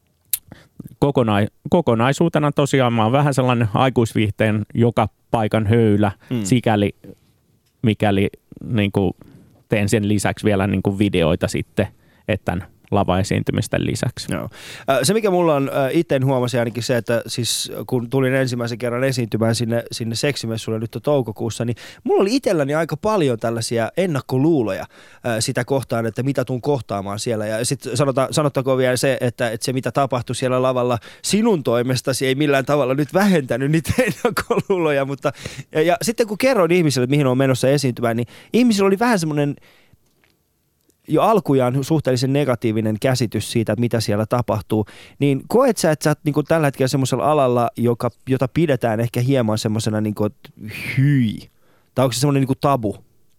kokonaisuutena tosiaan mä oon vähän sellainen aikuisviihteen joka paikan höylä, sikäli mikäli niin kuin teen sen lisäksi vielä niin kuin videoita sitten, että lavaesiintymisten lisäksi. Joo. Se, mikä mulla on itse huomasin ainakin se, että siis kun tulin ensimmäisen kerran esiintymään sinne seksimessulle nyt toukokuussa, niin mulla oli itselläni aika paljon tällaisia ennakkoluuloja sitä kohtaan, että mitä tuun kohtaamaan siellä. Ja sitten sanottakoon vielä se, että se mitä tapahtui siellä lavalla sinun toimestasi ei millään tavalla nyt vähentänyt niitä ennakkoluuloja, mutta ja sitten kun kerroin ihmisille, että mihin on menossa esiintymään, niin ihmisillä oli vähän semmoinen jo alkujaan suhteellisen negatiivinen käsitys siitä, että mitä siellä tapahtuu, niin koet sä, että sä oot niin kuin tällä hetkellä semmoisella alalla, jota pidetään ehkä hieman semmoisena niin kuin hyi? Tai onko se semmoinen niin kuin tabu?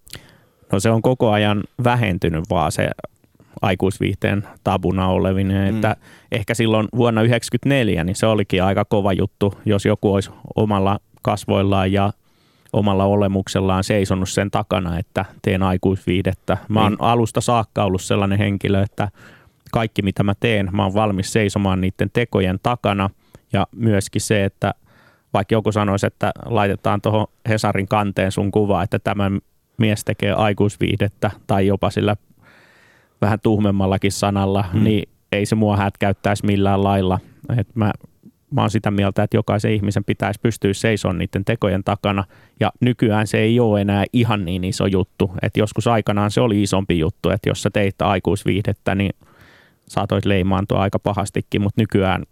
No se on koko ajan vähentynyt vaan se aikuisviihteen tabuna olevinen, että ehkä silloin vuonna 1994 niin se olikin aika kova juttu, jos joku olisi omalla kasvoillaan ja omalla olemuksellaan seisonut sen takana, että teen aikuisviihdettä. Mä oon alusta saakka ollut sellainen henkilö, että kaikki mitä mä teen, mä oon valmis seisomaan niiden tekojen takana. Ja myöskin se, että vaikka joku sanoisi, että laitetaan tuohon Hesarin kanteen sun kuva, että tämä mies tekee aikuisviihdettä tai jopa sillä vähän tuhmemmallakin sanalla, niin ei se mua hätkäyttäisi millään lailla. Että mä oon sitä mieltä, että jokaisen ihmisen pitäisi pystyä seisomaan niiden tekojen takana, ja nykyään se ei ole enää ihan niin iso juttu. Että joskus aikanaan se oli isompi juttu, että jos sä teit aikuisviihdettä, niin saatoit leimaantua aika pahastikin, mutta nykyään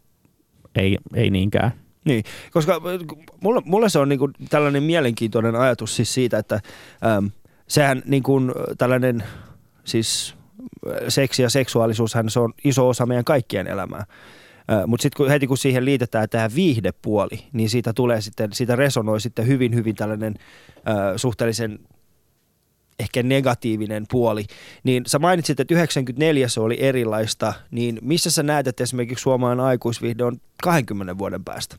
ei niinkään. Niin, koska mulle se on niinku tällainen mielenkiintoinen ajatus siis siitä, että sehän niinku tällainen siis seksi ja seksuaalisuushan se on iso osa meidän kaikkien elämää. Mutta sitten heti kun siihen liitetään tämä viihdepuoli, niin siitä resonoi sitten hyvin, hyvin tällainen suhteellisen ehkä negatiivinen puoli. Niin sä mainitsit, että 94 se oli erilaista, niin missä sä näet, että esimerkiksi suomalainen aikuisviihde on 20 vuoden päästä?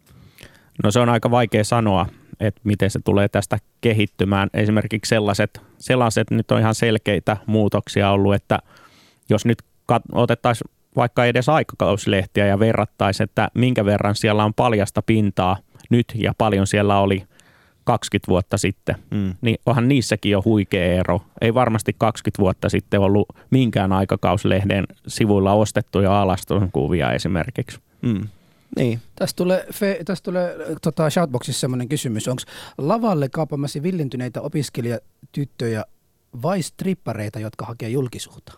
No se on aika vaikea sanoa, että miten se tulee tästä kehittymään. Esimerkiksi sellaiset nyt on ihan selkeitä muutoksia ollut, että jos nyt otettaisiin vaikka edes aikakauslehtiä ja verrattaisiin, että minkä verran siellä on paljasta pintaa nyt ja paljon siellä oli 20 vuotta sitten, niin onhan niissäkin jo huikea ero. Ei varmasti 20 vuotta sitten ollut minkään aikakauslehden sivuilla ostettuja alastonkuvia esimerkiksi. Niin. Tästä tulee Shoutboxissa semmoinen kysymys. Onko lavalle kaapamasi villintyneitä opiskelijatyttöjä vai strippareita, jotka hakee julkisuutta?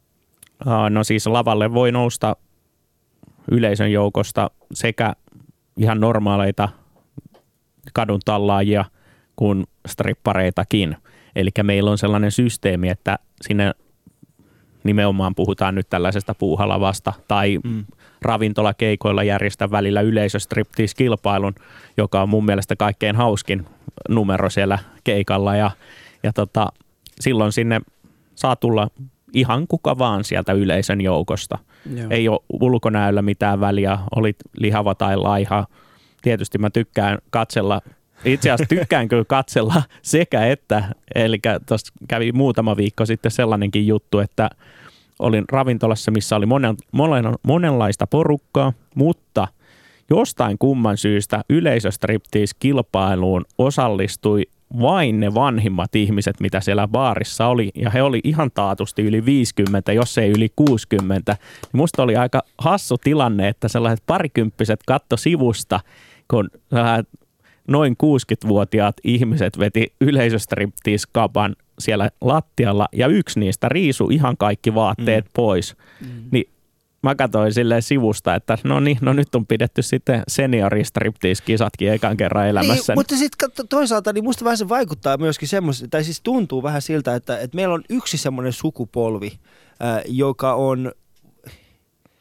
No siis lavalle voi nousta yleisön joukosta sekä ihan normaaleita kadun tallaajia kuin strippareitakin. Eli meillä on sellainen systeemi, että sinne nimenomaan puhutaan nyt tällaisesta puuhalavasta tai ravintolakeikoilla järjestää välillä yleisöstriptease-kilpailun, joka on mun mielestä kaikkein hauskin numero siellä keikalla ja silloin sinne saa tulla ihan kuka vaan sieltä yleisön joukosta. Joo. Ei ole ulkonäöllä mitään väliä, olit lihava tai laiha. Tietysti mä tykkään katsella, itse asiassa tykkään kyllä katsella sekä että, eli tuossa kävi muutama viikko sitten sellainenkin juttu, että olin ravintolassa, missä oli monenlaista porukkaa, mutta jostain kumman syystä yleisöstriptease-kilpailuun osallistui vain ne vanhimmat ihmiset, mitä siellä baarissa oli, ja he oli ihan taatusti yli 50, jos ei yli 60. Niin musta oli aika hassu tilanne, että sellaiset parikymppiset katto sivusta, kun noin 60-vuotiaat ihmiset veti yleisöstriptease-kapan siellä lattialla, ja yksi niistä riisui ihan kaikki vaatteet pois. Niin mä katsoin silleen sivusta, että no nyt on pidetty sitten senioristriptease-kisatkin ekan kerran elämässä. Niin, mutta sitten toisaalta niin musta vähän se vaikuttaa myöskin semmoista, tai siis tuntuu vähän siltä, että meillä on yksi semmoinen sukupolvi, joka on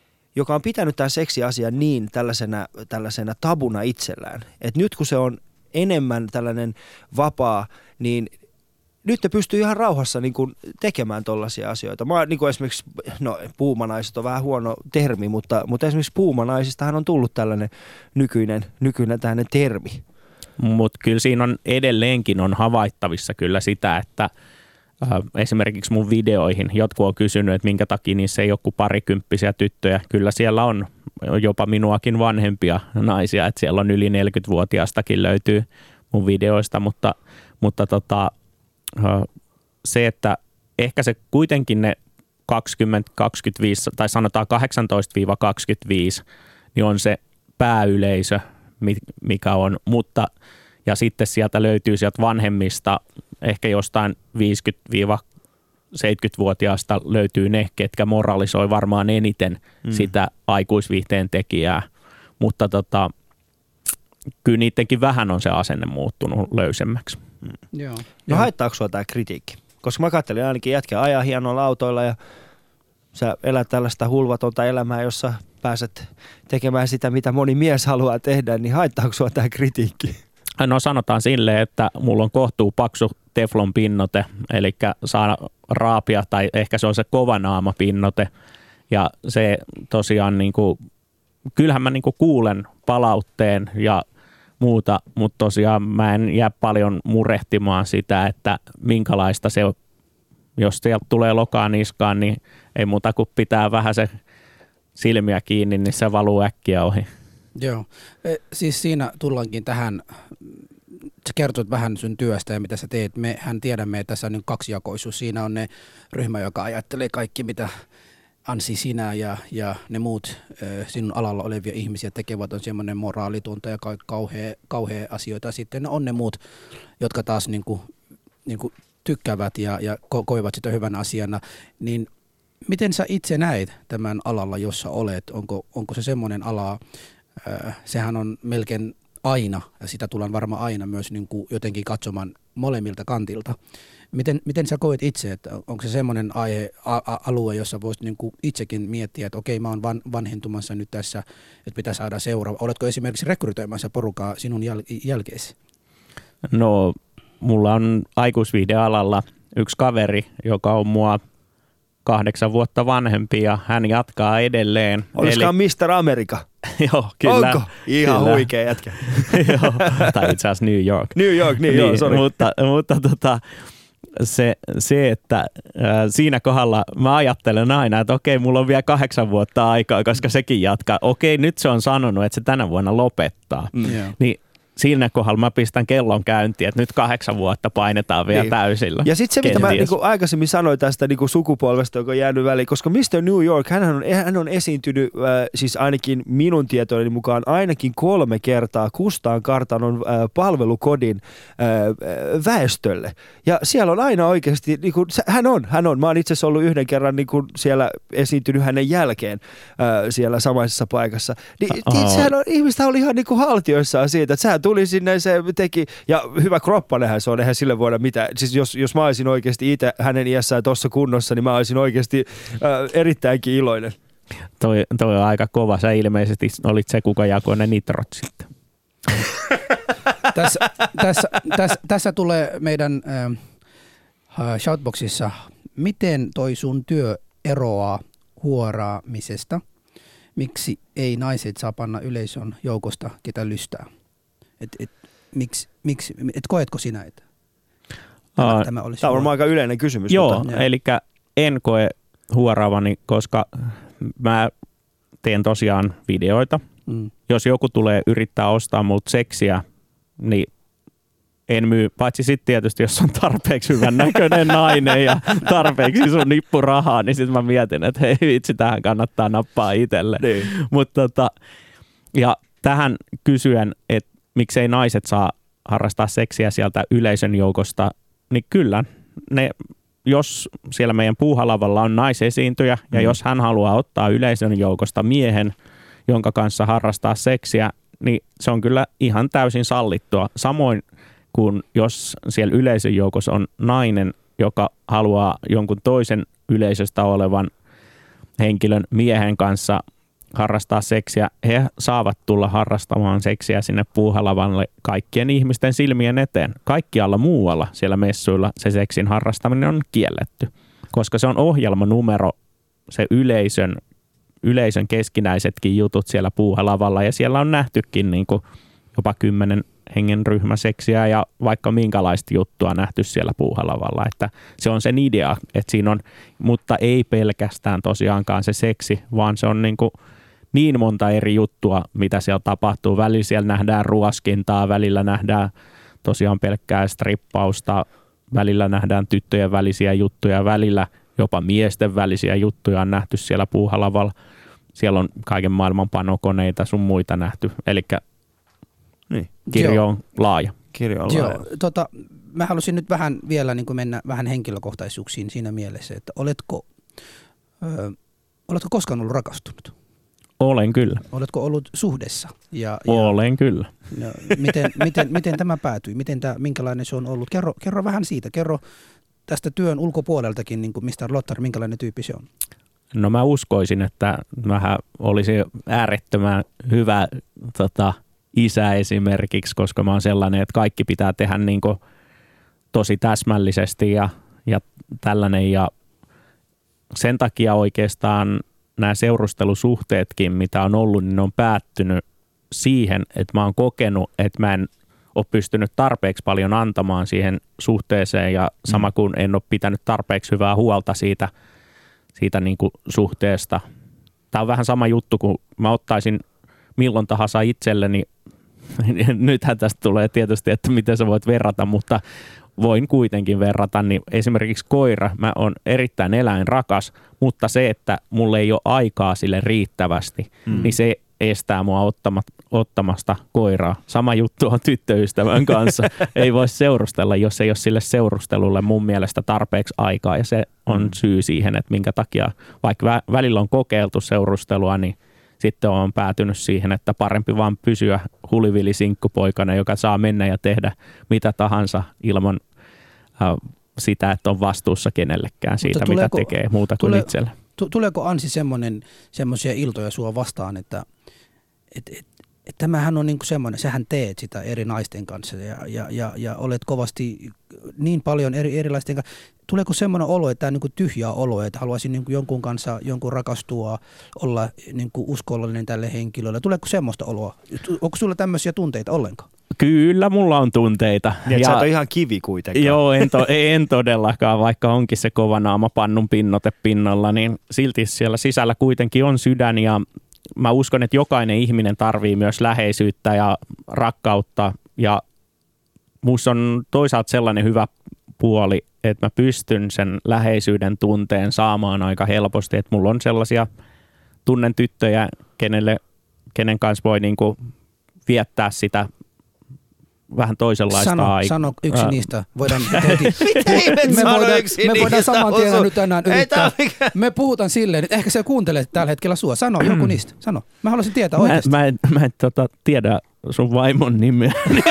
pitänyt tämän seksiasian niin tällaisena tabuna itsellään. Että nyt kun se on enemmän tällainen vapaa, niin nyt ne pystyy ihan rauhassa niin kuin tekemään tollaisia asioita. Mä niin kuin esimerkiksi, no puumanaiset on vähän huono termi, mutta esimerkiksi puumanaisistahan on tullut tällainen nykyinen tällainen termi. Mutta kyllä siinä on edelleenkin on havaittavissa kyllä sitä, että esimerkiksi mun videoihin jotkut on kysynyt, että minkä takia niissä ei ole kuin parikymppisiä tyttöjä. Kyllä siellä on jopa minuakin vanhempia naisia, että siellä on yli 40-vuotiaastakin löytyy mun videoista, mutta se, että ehkä se kuitenkin ne 20-25 tai sanotaan 18-25 niin on se pääyleisö, mikä on, mutta ja sitten sieltä löytyy sieltä vanhemmista, ehkä jostain 50-70-vuotiaasta löytyy ne, ketkä moralisoi varmaan eniten sitä aikuisviihteen tekijää, mutta kyllä niidenkin vähän on se asenne muuttunut löysemmäksi. Joo. No haittaako sua tämä kritiikki? Koska mä katselin ainakin jätkä ajaa hienoilla autoilla ja sä elät tällaista hulvatonta elämää, jossa pääset tekemään sitä, mitä moni mies haluaa tehdä, niin haittaako sua tämä kritiikki? No sanotaan silleen, että mulla on kohtuu paksu teflon pinnote, eli saa raapia tai ehkä se on se kovanaama pinnote ja se tosiaan niinku, kyllähän mä niinku kuulen palautteen ja muuta, mutta tosiaan mä en jää paljon murehtimaan sitä, että minkälaista se on. Jos sieltä tulee lokaan niskaan, niin ei muuta kuin pitää vähän se silmiä kiinni, niin se valuu äkkiä ohi. Joo, siis siinä tullaankin tähän, sä kertot vähän sun työstä ja mitä sä teet. Mehän tiedämme, että tässä on nyt kaksijakoisuus. Siinä on ne ryhmä, joka ajattelee kaikki, mitä Ansi sinä ja ne muut sinun alalla olevia ihmisiä tekevät, on semmoinen moraalitunta ja kauhea asioita. Sitten on ne muut, jotka taas niinku tykkäävät ja koivat sitä hyvänä asiana. Niin miten sä itse näet tämän alalla, jossa olet? Onko se semmoinen ala, sehän on melkein aina, ja sitä tullaan varmaan aina myös niinku jotenkin katsomaan molemmilta kantilta. Miten sä koet itse, että onko se semmoinen alue, jossa voisit niinku itsekin miettiä, että okei, mä oon vanhentumassa nyt tässä, että pitää saada seuraava. Oletko esimerkiksi rekrytoimassa porukkaa sinun jälkeesi? No, mulla on aikuisviihdealalla yksi kaveri, joka on mua 8 vuotta vanhempi ja hän jatkaa edelleen. Olisikohan Mr. America? Joo, kyllä. Onko? Ihan kyllä. Huikea jätkä. Joo, tai itse asiassa New York. New York, niin joo, sorry. Mutta se, että siinä kohdalla mä ajattelen aina, että okei, mulla on vielä 8 vuotta aikaa, koska sekin jatkaa. Okei, nyt se on sanonut, että se tänä vuonna lopettaa. Niin siinä kohdalla mä pistän kellon käyntiin, että nyt 8 vuotta painetaan vielä täysillä. Ja sitten se, mitä mä aikaisemmin sanoin tästä sukupolvesta, joka on jäänyt väliin, koska Mr. New York, hän on esiintynyt, siis ainakin minun tietojeni mukaan, ainakin 3 kertaa Kustaan kartanon palvelukodin väestölle. Ja siellä on aina oikeasti, hän on. Mä oon itse asiassa ollut yhden kerran siellä esiintynyt hänen jälkeen siellä samaisessa paikassa. Sehän on, ihmistä oli ihan haltioissaan siitä, että sehän tuli sinne, se teki, ja hyvä kroppanehän se on, eihän sille voida mitään. Siis jos mä olisin oikeasti itse hänen iässään tuossa kunnossa, niin mä olisin oikeasti erittäinkin iloinen. Toi on aika kova. Sä ilmeisesti olit se, kuka jakoi ne nitrot sitten. Tässä tulee meidän shoutboxissa, miten toi sun työ eroaa huoraamisesta? Miksi ei naiset saa panna yleisön joukosta ketä lystää? Miksi koetko sinä, että tämä olisi? Tämä on varmaan aika yleinen kysymys. Joo, eli en koe huoraavani, koska mä teen tosiaan videoita. Jos joku tulee yrittää ostaa multa seksiä, niin en myy, paitsi sitten tietysti, jos on tarpeeksi hyvän näköinen nainen ja tarpeeksi sun nippurahaa, niin sitten mä mietin, että hei vitsi, tähän kannattaa nappaa itselle. Niin. Ja tähän kysyen, että miksei naiset saa harrastaa seksiä sieltä yleisön joukosta, niin kyllä, jos siellä meidän puuhalavalla on naisesiintyjä ja jos hän haluaa ottaa yleisön joukosta miehen, jonka kanssa harrastaa seksiä, niin se on kyllä ihan täysin sallittua. Samoin kuin jos siellä yleisön joukossa on nainen, joka haluaa jonkun toisen yleisöstä olevan henkilön miehen kanssa harrastaa seksiä, he saavat tulla harrastamaan seksiä sinne puuhalavalle kaikkien ihmisten silmien eteen. Kaikkialla muualla siellä messuilla se seksin harrastaminen on kielletty, koska se on ohjelmanumero, se yleisön keskinäisetkin jutut siellä puuhalavalla, ja siellä on nähtykin niin kuin jopa 10 hengen ryhmäseksiä ja vaikka minkälaista juttua nähty siellä puuhalavalla, että se on sen idea, että siinä on, mutta ei pelkästään tosiaankaan se seksi, vaan se on niin monta eri juttua, mitä siellä tapahtuu. Välillä siellä nähdään ruoskintaa, välillä nähdään tosiaan pelkkää strippausta, välillä nähdään tyttöjen välisiä juttuja, välillä jopa miesten välisiä juttuja on nähty siellä puuhalavalla. Siellä on kaiken maailman panokoneita sun muita nähty, eli niin, kirjo on laaja. Mä halusin nyt vähän vielä niin kuin mennä vähän henkilökohtaisuuksiin siinä mielessä, että oletko koskaan ollut rakastunut? Olen kyllä. Oletko ollut suhdessa? Olen kyllä. No, miten tämä päätyi? Minkälainen se on ollut? Kerro vähän siitä. Kerro tästä työn ulkopuoleltakin, niin kuin Mr. Lothar, minkälainen tyyppi se on? No mä uskoisin, että mä olisin äärettömän hyvä isä esimerkiksi, koska mä oon sellainen, että kaikki pitää tehdä niin kuin tosi täsmällisesti ja tällainen. Ja sen takia oikeastaan nämä seurustelusuhteetkin, mitä on ollut, niin ne on päättynyt siihen, että mä oon kokenut, että mä en ole pystynyt tarpeeksi paljon antamaan siihen suhteeseen ja sama kuin en ole pitänyt tarpeeksi hyvää huolta siitä niin kuin suhteesta. Tämä on vähän sama juttu, kun mä ottaisin milloin tahansa itselleni, nythän tästä tulee tietysti, että miten sä voit verrata, mutta voin kuitenkin verrata, niin esimerkiksi koira, mä oon erittäin eläinrakas, mutta se, että mulla ei ole aikaa sille riittävästi, niin se estää mua ottamasta koiraa. Sama juttu on tyttöystävän kanssa. Ei voi seurustella, jos ei ole sille seurustelulle mun mielestä tarpeeksi aikaa, ja se on syy siihen, että minkä takia, vaikka välillä on kokeiltu seurustelua, niin sitten on päätynyt siihen, että parempi vaan pysyä hulivili-sinkkupoikana, joka saa mennä ja tehdä mitä tahansa ilman sitä, että on vastuussa kenellekään siitä, mitä tekee muuta kuin itselle. Tuleeko Ansi semmoisia iltoja sua vastaan, että tämähän on niinku semmoinen, sähän teet sitä eri naisten kanssa ja olet kovasti niin paljon erilaisten kanssa. Tuleeko semmoinen olo, että tämä on niinku tyhjää oloa, että haluaisin niinku jonkun kanssa rakastua, olla niinku uskollinen tälle henkilölle? Tuleeko semmoista oloa? Onko sulla tämmöisiä tunteita ollenkaan? Kyllä, mulla on tunteita. Niin, että sä et ole ihan kivi kuitenkaan. Joo, en todellakaan, vaikka onkin se kova naama pannun pinnote pinnalla, niin silti siellä sisällä kuitenkin on sydän ja mä uskon, että jokainen ihminen tarvii myös läheisyyttä ja rakkautta ja musta on toisaalta sellainen hyvä puoli, että mä pystyn sen läheisyyden tunteen saamaan aika helposti, että mulla on sellaisia tunnen tyttöjä, kenen kanssa voi niinku viettää sitä vähän toisenlaista aikaa. Sano yksi niistä. Voidaan me voidaan saman tien nyt tänään yrittää. Me puhutaan silleen, että ehkä se kuuntelee tällä hetkellä sua. Sano joku niistä. Sano. Mä haluaisin tietää oikeasti. Mä en tiedä sun vaimon nimeä.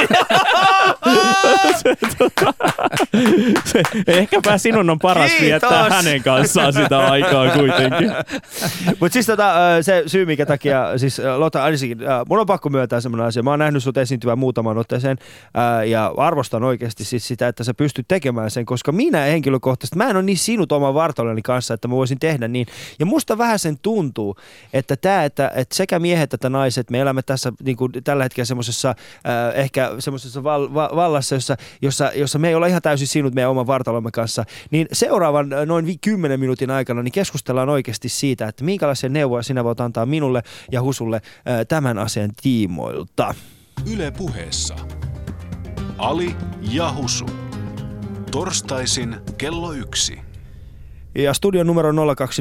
Ehkäpä sinun on paras viettää hänen kanssaan sitä aikaa kuitenkin. Mutta siis se syy, minkä takia, siis Lothar, ainakin, mun on pakko myöntää semmoinen asia. Mä oon nähnyt sut esiintyvän muutaman otteeseen ja arvostan oikeasti siis sitä, että sä pystyt tekemään sen, koska minä henkilökohtaisesti, mä en ole niin sinut oman vartalolleni kanssa, että mä voisin tehdä niin. Ja musta vähän sen tuntuu, että että sekä miehet että naiset, me elämme tässä niin kuin tällä hetkellä semmoisessa ehkä semmoisessa vallassa, jossa me ei olla ihan täysin sinut meidän oman vartalomme kanssa, niin seuraavan noin 10 minuutin aikana niin keskustellaan oikeasti siitä, että minkälaisia neuvoja sinä voit antaa minulle ja Husulle tämän asian tiimoilta. Yle Puheessa Ali ja Husu. Torstaisin kello 1. Ja studion numero 020690001.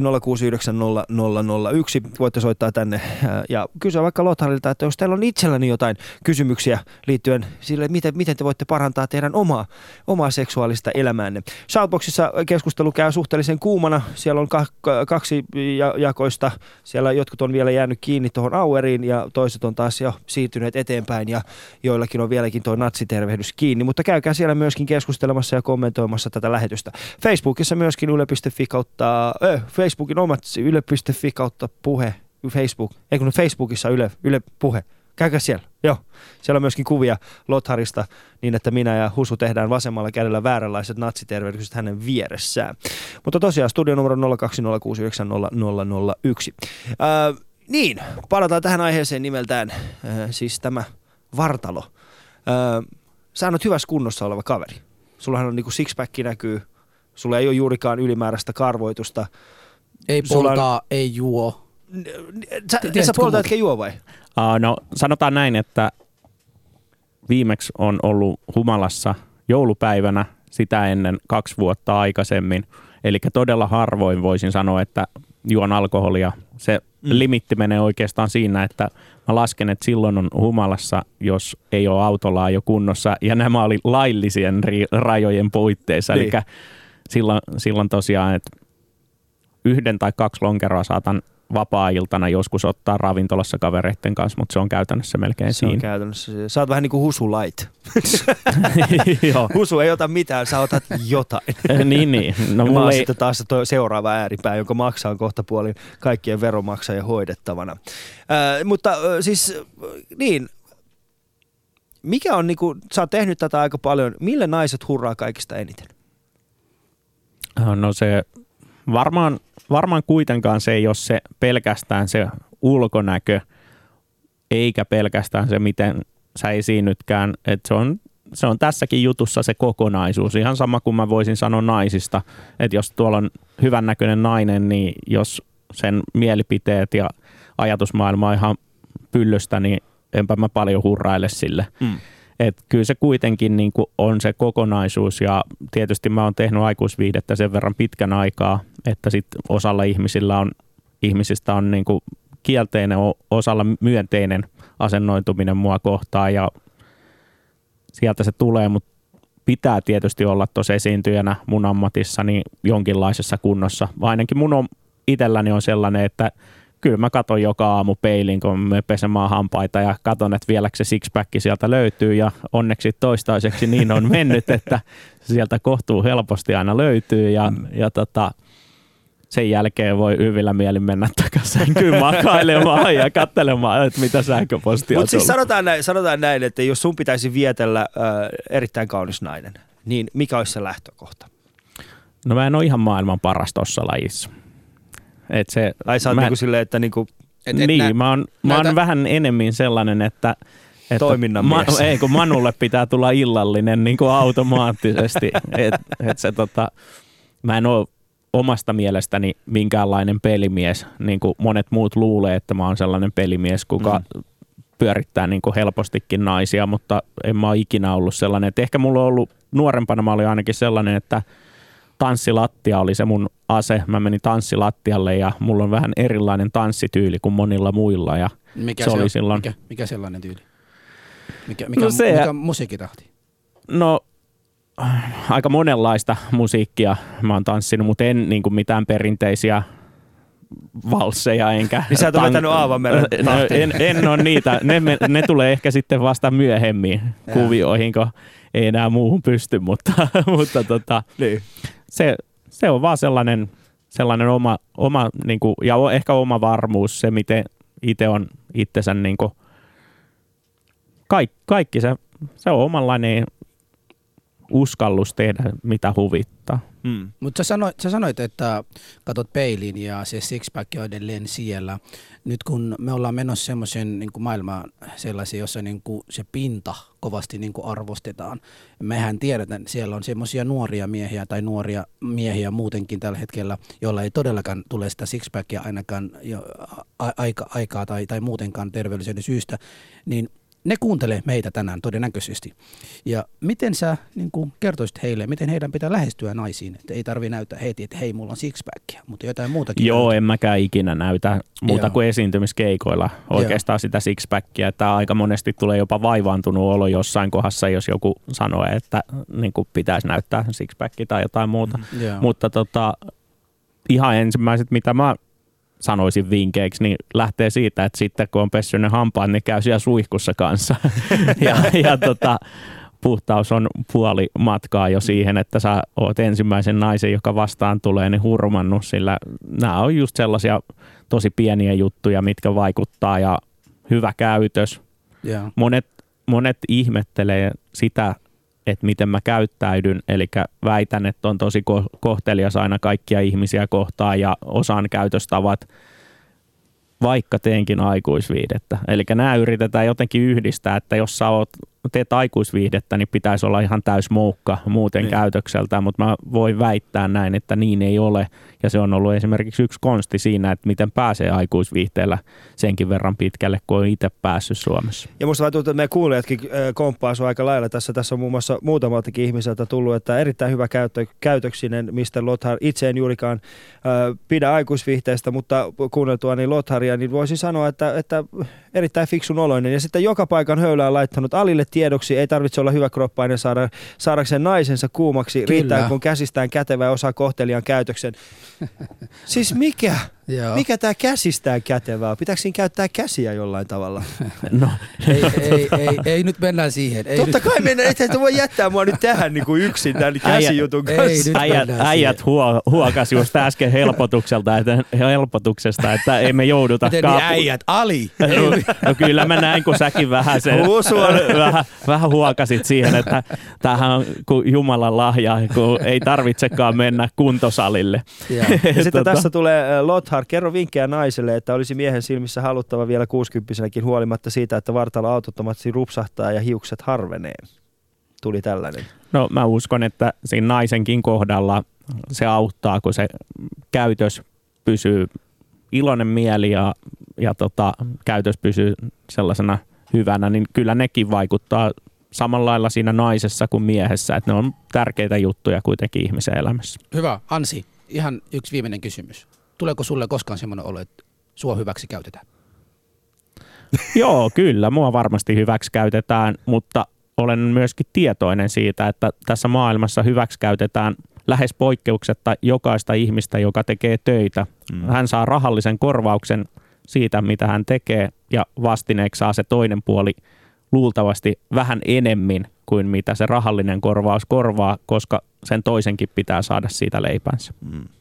Voitte soittaa tänne ja kysyä vaikka Lotharilta, että jos teillä on itselläni jotain kysymyksiä liittyen sille, miten te voitte parantaa teidän omaa seksuaalista elämäänne. Shoutboxissa keskustelu käy suhteellisen kuumana. Siellä on kaksi jakoista. Siellä jotkut on vielä jäänyt kiinni tuohon Aueriin ja toiset on taas jo siirtyneet eteenpäin ja joillakin on vieläkin tuo natsitervehdys kiinni. Mutta käykää siellä myöskin keskustelemassa ja kommentoimassa tätä lähetystä. Facebookissa myöskin yle.fi Facebookin omat yle.fi puhe Facebookissa Yle Puhe. Käykää siellä. Joo. Siellä on myöskin kuvia Lotharista niin, että minä ja Husu tehdään vasemmalla kädellä vääränlaiset natsitervehdykset hänen vieressään. Mutta tosiaan studionumero 020690001. Niin, palataan tähän aiheeseen nimeltään siis tämä vartalo. Sä oot hyvässä kunnossa oleva kaveri. Sullahan on niinku sixpack näkyy. Sulla ei ole juurikaan ylimääräistä karvoitusta. Ei poltaa, ei juo. Sä polta etkä juo vai? No sanotaan näin, että viimeksi on ollut humalassa joulupäivänä, sitä ennen 2 vuotta aikaisemmin. Eli todella harvoin voisin sanoa, että juon alkoholia. Se limitti menee oikeastaan siinä, että mä lasken, että silloin on humalassa, jos ei ole autolla jo kunnossa. Ja nämä oli laillisien rajojen puitteissa. Niin. Eli silloin tosiaan, että 1 tai 2 lonkeroa saatan vapaa-iltana joskus ottaa ravintolassa kavereiden kanssa, mutta se on käytännössä melkein siinä. Se on käytännössä. Sä oot vähän niin kuin Husu light. Husu ei ota mitään, sä otat jotain. niin. No, mä oon sitten taas seuraava ääripää, jonka maksaa kohtapuolin kaikkien veronmaksajien hoidettavana. Mutta siis niin, mikä on niinku, sä oot tehnyt tätä aika paljon, mille naiset hurraa kaikista eniten? No se varmaan kuitenkaan se ei ole se pelkästään se ulkonäkö, eikä pelkästään se, miten sä esiinnytkään. Että se on tässäkin jutussa se kokonaisuus. Ihan sama kuin mä voisin sanoa naisista, että jos tuolla on hyvännäköinen nainen, niin jos sen mielipiteet ja ajatusmaailma on ihan pyllystä, niin enpä mä paljon hurraile sille. Että kyllä se kuitenkin niin kuin on se kokonaisuus ja tietysti mä oon tehnyt aikuisviihdettä sen verran pitkän aikaa, että sitten osalla ihmisistä on niin kuin kielteinen, osalla myönteinen asennoituminen mua kohtaan ja sieltä se tulee, mutta pitää tietysti olla tuossa esiintyjänä mun ammatissani jonkinlaisessa kunnossa. Ainakin mun itselläni on sellainen, että kyllä mä katon joka aamu peiliin, kun me pesemään hampaita ja katon, että vieläkö se sixpack sieltä löytyy ja onneksi toistaiseksi niin on mennyt, että sieltä kohtuu helposti aina löytyy ja sen jälkeen voi hyvillä mielin mennä takaisin kyllä makailemaan ja katselemaan, että mitä sähköpostia on. Mutta siis sanotaan näin, että jos sun pitäisi vietellä erittäin kaunis nainen, niin mikä olisi se lähtökohta? No mä en ole ihan maailman paras tuossa lajissa. Ai sä oot niinku silleen, että niinku... Mä oon vähän enemmän sellainen, että toiminnan mies. Ei, kun Manulle pitää tulla illallinen niin kuin automaattisesti. Mä en ole omasta mielestäni minkäänlainen pelimies, niin kuin monet muut luulee, että mä oon sellainen pelimies, kuka pyörittää niin kuin helpostikin naisia, mutta en mä ole ikinä ollut sellainen. Et ehkä mulla on ollut, nuorempana mä olin ainakin sellainen, että tanssilattia oli se mun ase. Mä menin tanssilattialle ja mulla on vähän erilainen tanssityyli kuin monilla muilla. Ja mikä sellainen tyyli? Mikä musiikkitahti? No aika monenlaista musiikkia mä oon tanssinut, mutta en niin kuin mitään perinteisiä valsseja enkä... Niin sä et ole vetänyt Aavameren tahtia. En ole niitä. Ne tulee ehkä sitten vasta myöhemmin kuvioihin, kun ei enää muuhun pysty, mutta niin. Se on vaan sellainen oma niin kuin, ja ehkä oma varmuus, se miten itse on itsensä niin kuin, kaikki se on omanlainen uskallus tehdä mitä huvittaa. Mutta sä sanoit, että katot peiliin ja se sixpack on edelleen siellä. Nyt kun me ollaan menossa semmoisen niin kuin maailmaan sellaisen, jossa niin kuin se pinta kovasti niin kuin arvostetaan. Mehän tiedetään, että siellä on semmoisia nuoria miehiä tai nuoria miehiä muutenkin tällä hetkellä, joilla ei todellakaan tule sitä sixpackia ainakaan aikaa tai muutenkaan terveellisyyden syystä, niin ne kuuntelee meitä tänään todennäköisesti. Ja miten sä niin kuin kertoisit heille, miten heidän pitää lähestyä naisiin? Että ei tarvitse näyttää heti, että hei, mulla on sixpackia, mutta jotain muutakin. Joo, näyttää. En mäkään ikinä näytä muuta kuin esiintymiskeikoilla oikeastaan sitä sixpackia. Että aika monesti tulee jopa vaivaantunut olo jossain kohdassa, jos joku sanoo, että niin kuin pitäisi näyttää sixpackia tai jotain muuta. Mutta ihan ensimmäiset, mitä mä sanoisin vinkkeiksi, niin lähtee siitä, että sitten kun on pessyt ne hampaat, niin käy siellä suihkussa kanssa. ja puhtaus on puoli matkaa jo siihen, että sä oot ensimmäisen naisen, joka vastaan tulee, niin hurmannut, sillä nämä on just sellaisia tosi pieniä juttuja, mitkä vaikuttaa ja hyvä käytös. Yeah. Monet ihmettelee sitä, että miten mä käyttäydyn, eli väitän, että on tosi kohtelias aina kaikkia ihmisiä kohtaan ja osaan käytöstavat, vaikka teenkin aikuisviihdettä. Eli nämä yritetään jotenkin yhdistää, että jos sä teet aikuisviihdettä, niin pitäisi olla ihan täys moukka muuten käytökseltään, mutta mä voin väittää näin, että niin ei ole. Ja se on ollut esimerkiksi yksi konsti siinä, että miten pääsee aikuisviihteellä senkin verran pitkälle, kun on itse päässyt Suomessa. Ja musta tuntuu, että meidän kuulijatkin komppaa sua aika lailla. Tässä on muun muassa muutamaltakin ihmiseltä tullut, että erittäin hyvä käytöksinen Mr. Lothar. Itse en juurikaan pidä aikuisviihteestä, mutta kuunneltua niin Lotharia, niin voisin sanoa, että erittäin fiksun oloinen. Ja sitten joka paikan höylä on laittanut Alille tiedoksi, ei tarvitse olla hyvä kroppainen saadakseen naisensa kuumaksi. Kyllä. Riittää, kun käsistään kätevä ja osaa kohtelijan käytöksen. Siis mikä? Joo. Mikä tämä käsistään kätevää? Pitääkö siinä käyttää käsiä jollain tavalla? No. Ei nyt mennään siihen. Ei Totta nyt. kai mennään, et voi jättää mua nyt tähän niin kuin yksin tämän käsijutun Ei kanssa. nyt Äijät huokas just äsken helpotuksesta, että ei me jouduta Miten niin äijät? Ali! No kyllä mä näin, kun säkin vähän huokasit siihen, että tämähän on kuin Jumalan lahja, kun ei tarvitsekaan mennä kuntosalille. Ja sitten tässä tulee Lothar, kerro vinkkejä naiselle, että olisi miehen silmissä haluttava vielä 60-vuotiaaksikin huolimatta siitä, että vartalo autotomaattisesti rupsahtaa ja hiukset harvenee. Tuli tällainen. No mä uskon, että siinä naisenkin kohdalla se auttaa, kun se käytös pysyy iloinen mieli ja käytös pysyy sellaisena hyvänä, niin kyllä nekin vaikuttaa samalla lailla siinä naisessa kuin miehessä, että ne on tärkeitä juttuja kuitenkin ihmisen elämässä. Hyvä. Ansi, ihan yksi viimeinen kysymys. Tuleeko sulle koskaan semmoinen olo, että sua hyväksi käytetään? Joo, kyllä. Mua varmasti hyväksi käytetään, mutta olen myöskin tietoinen siitä, että tässä maailmassa hyväksi käytetään lähes poikkeuksetta jokaista ihmistä, joka tekee töitä. Hän saa rahallisen korvauksen siitä, mitä hän tekee, ja vastineeksi saa se toinen puoli luultavasti vähän enemmän kuin mitä se rahallinen korvaus korvaa, koska sen toisenkin pitää saada siitä leipänsä.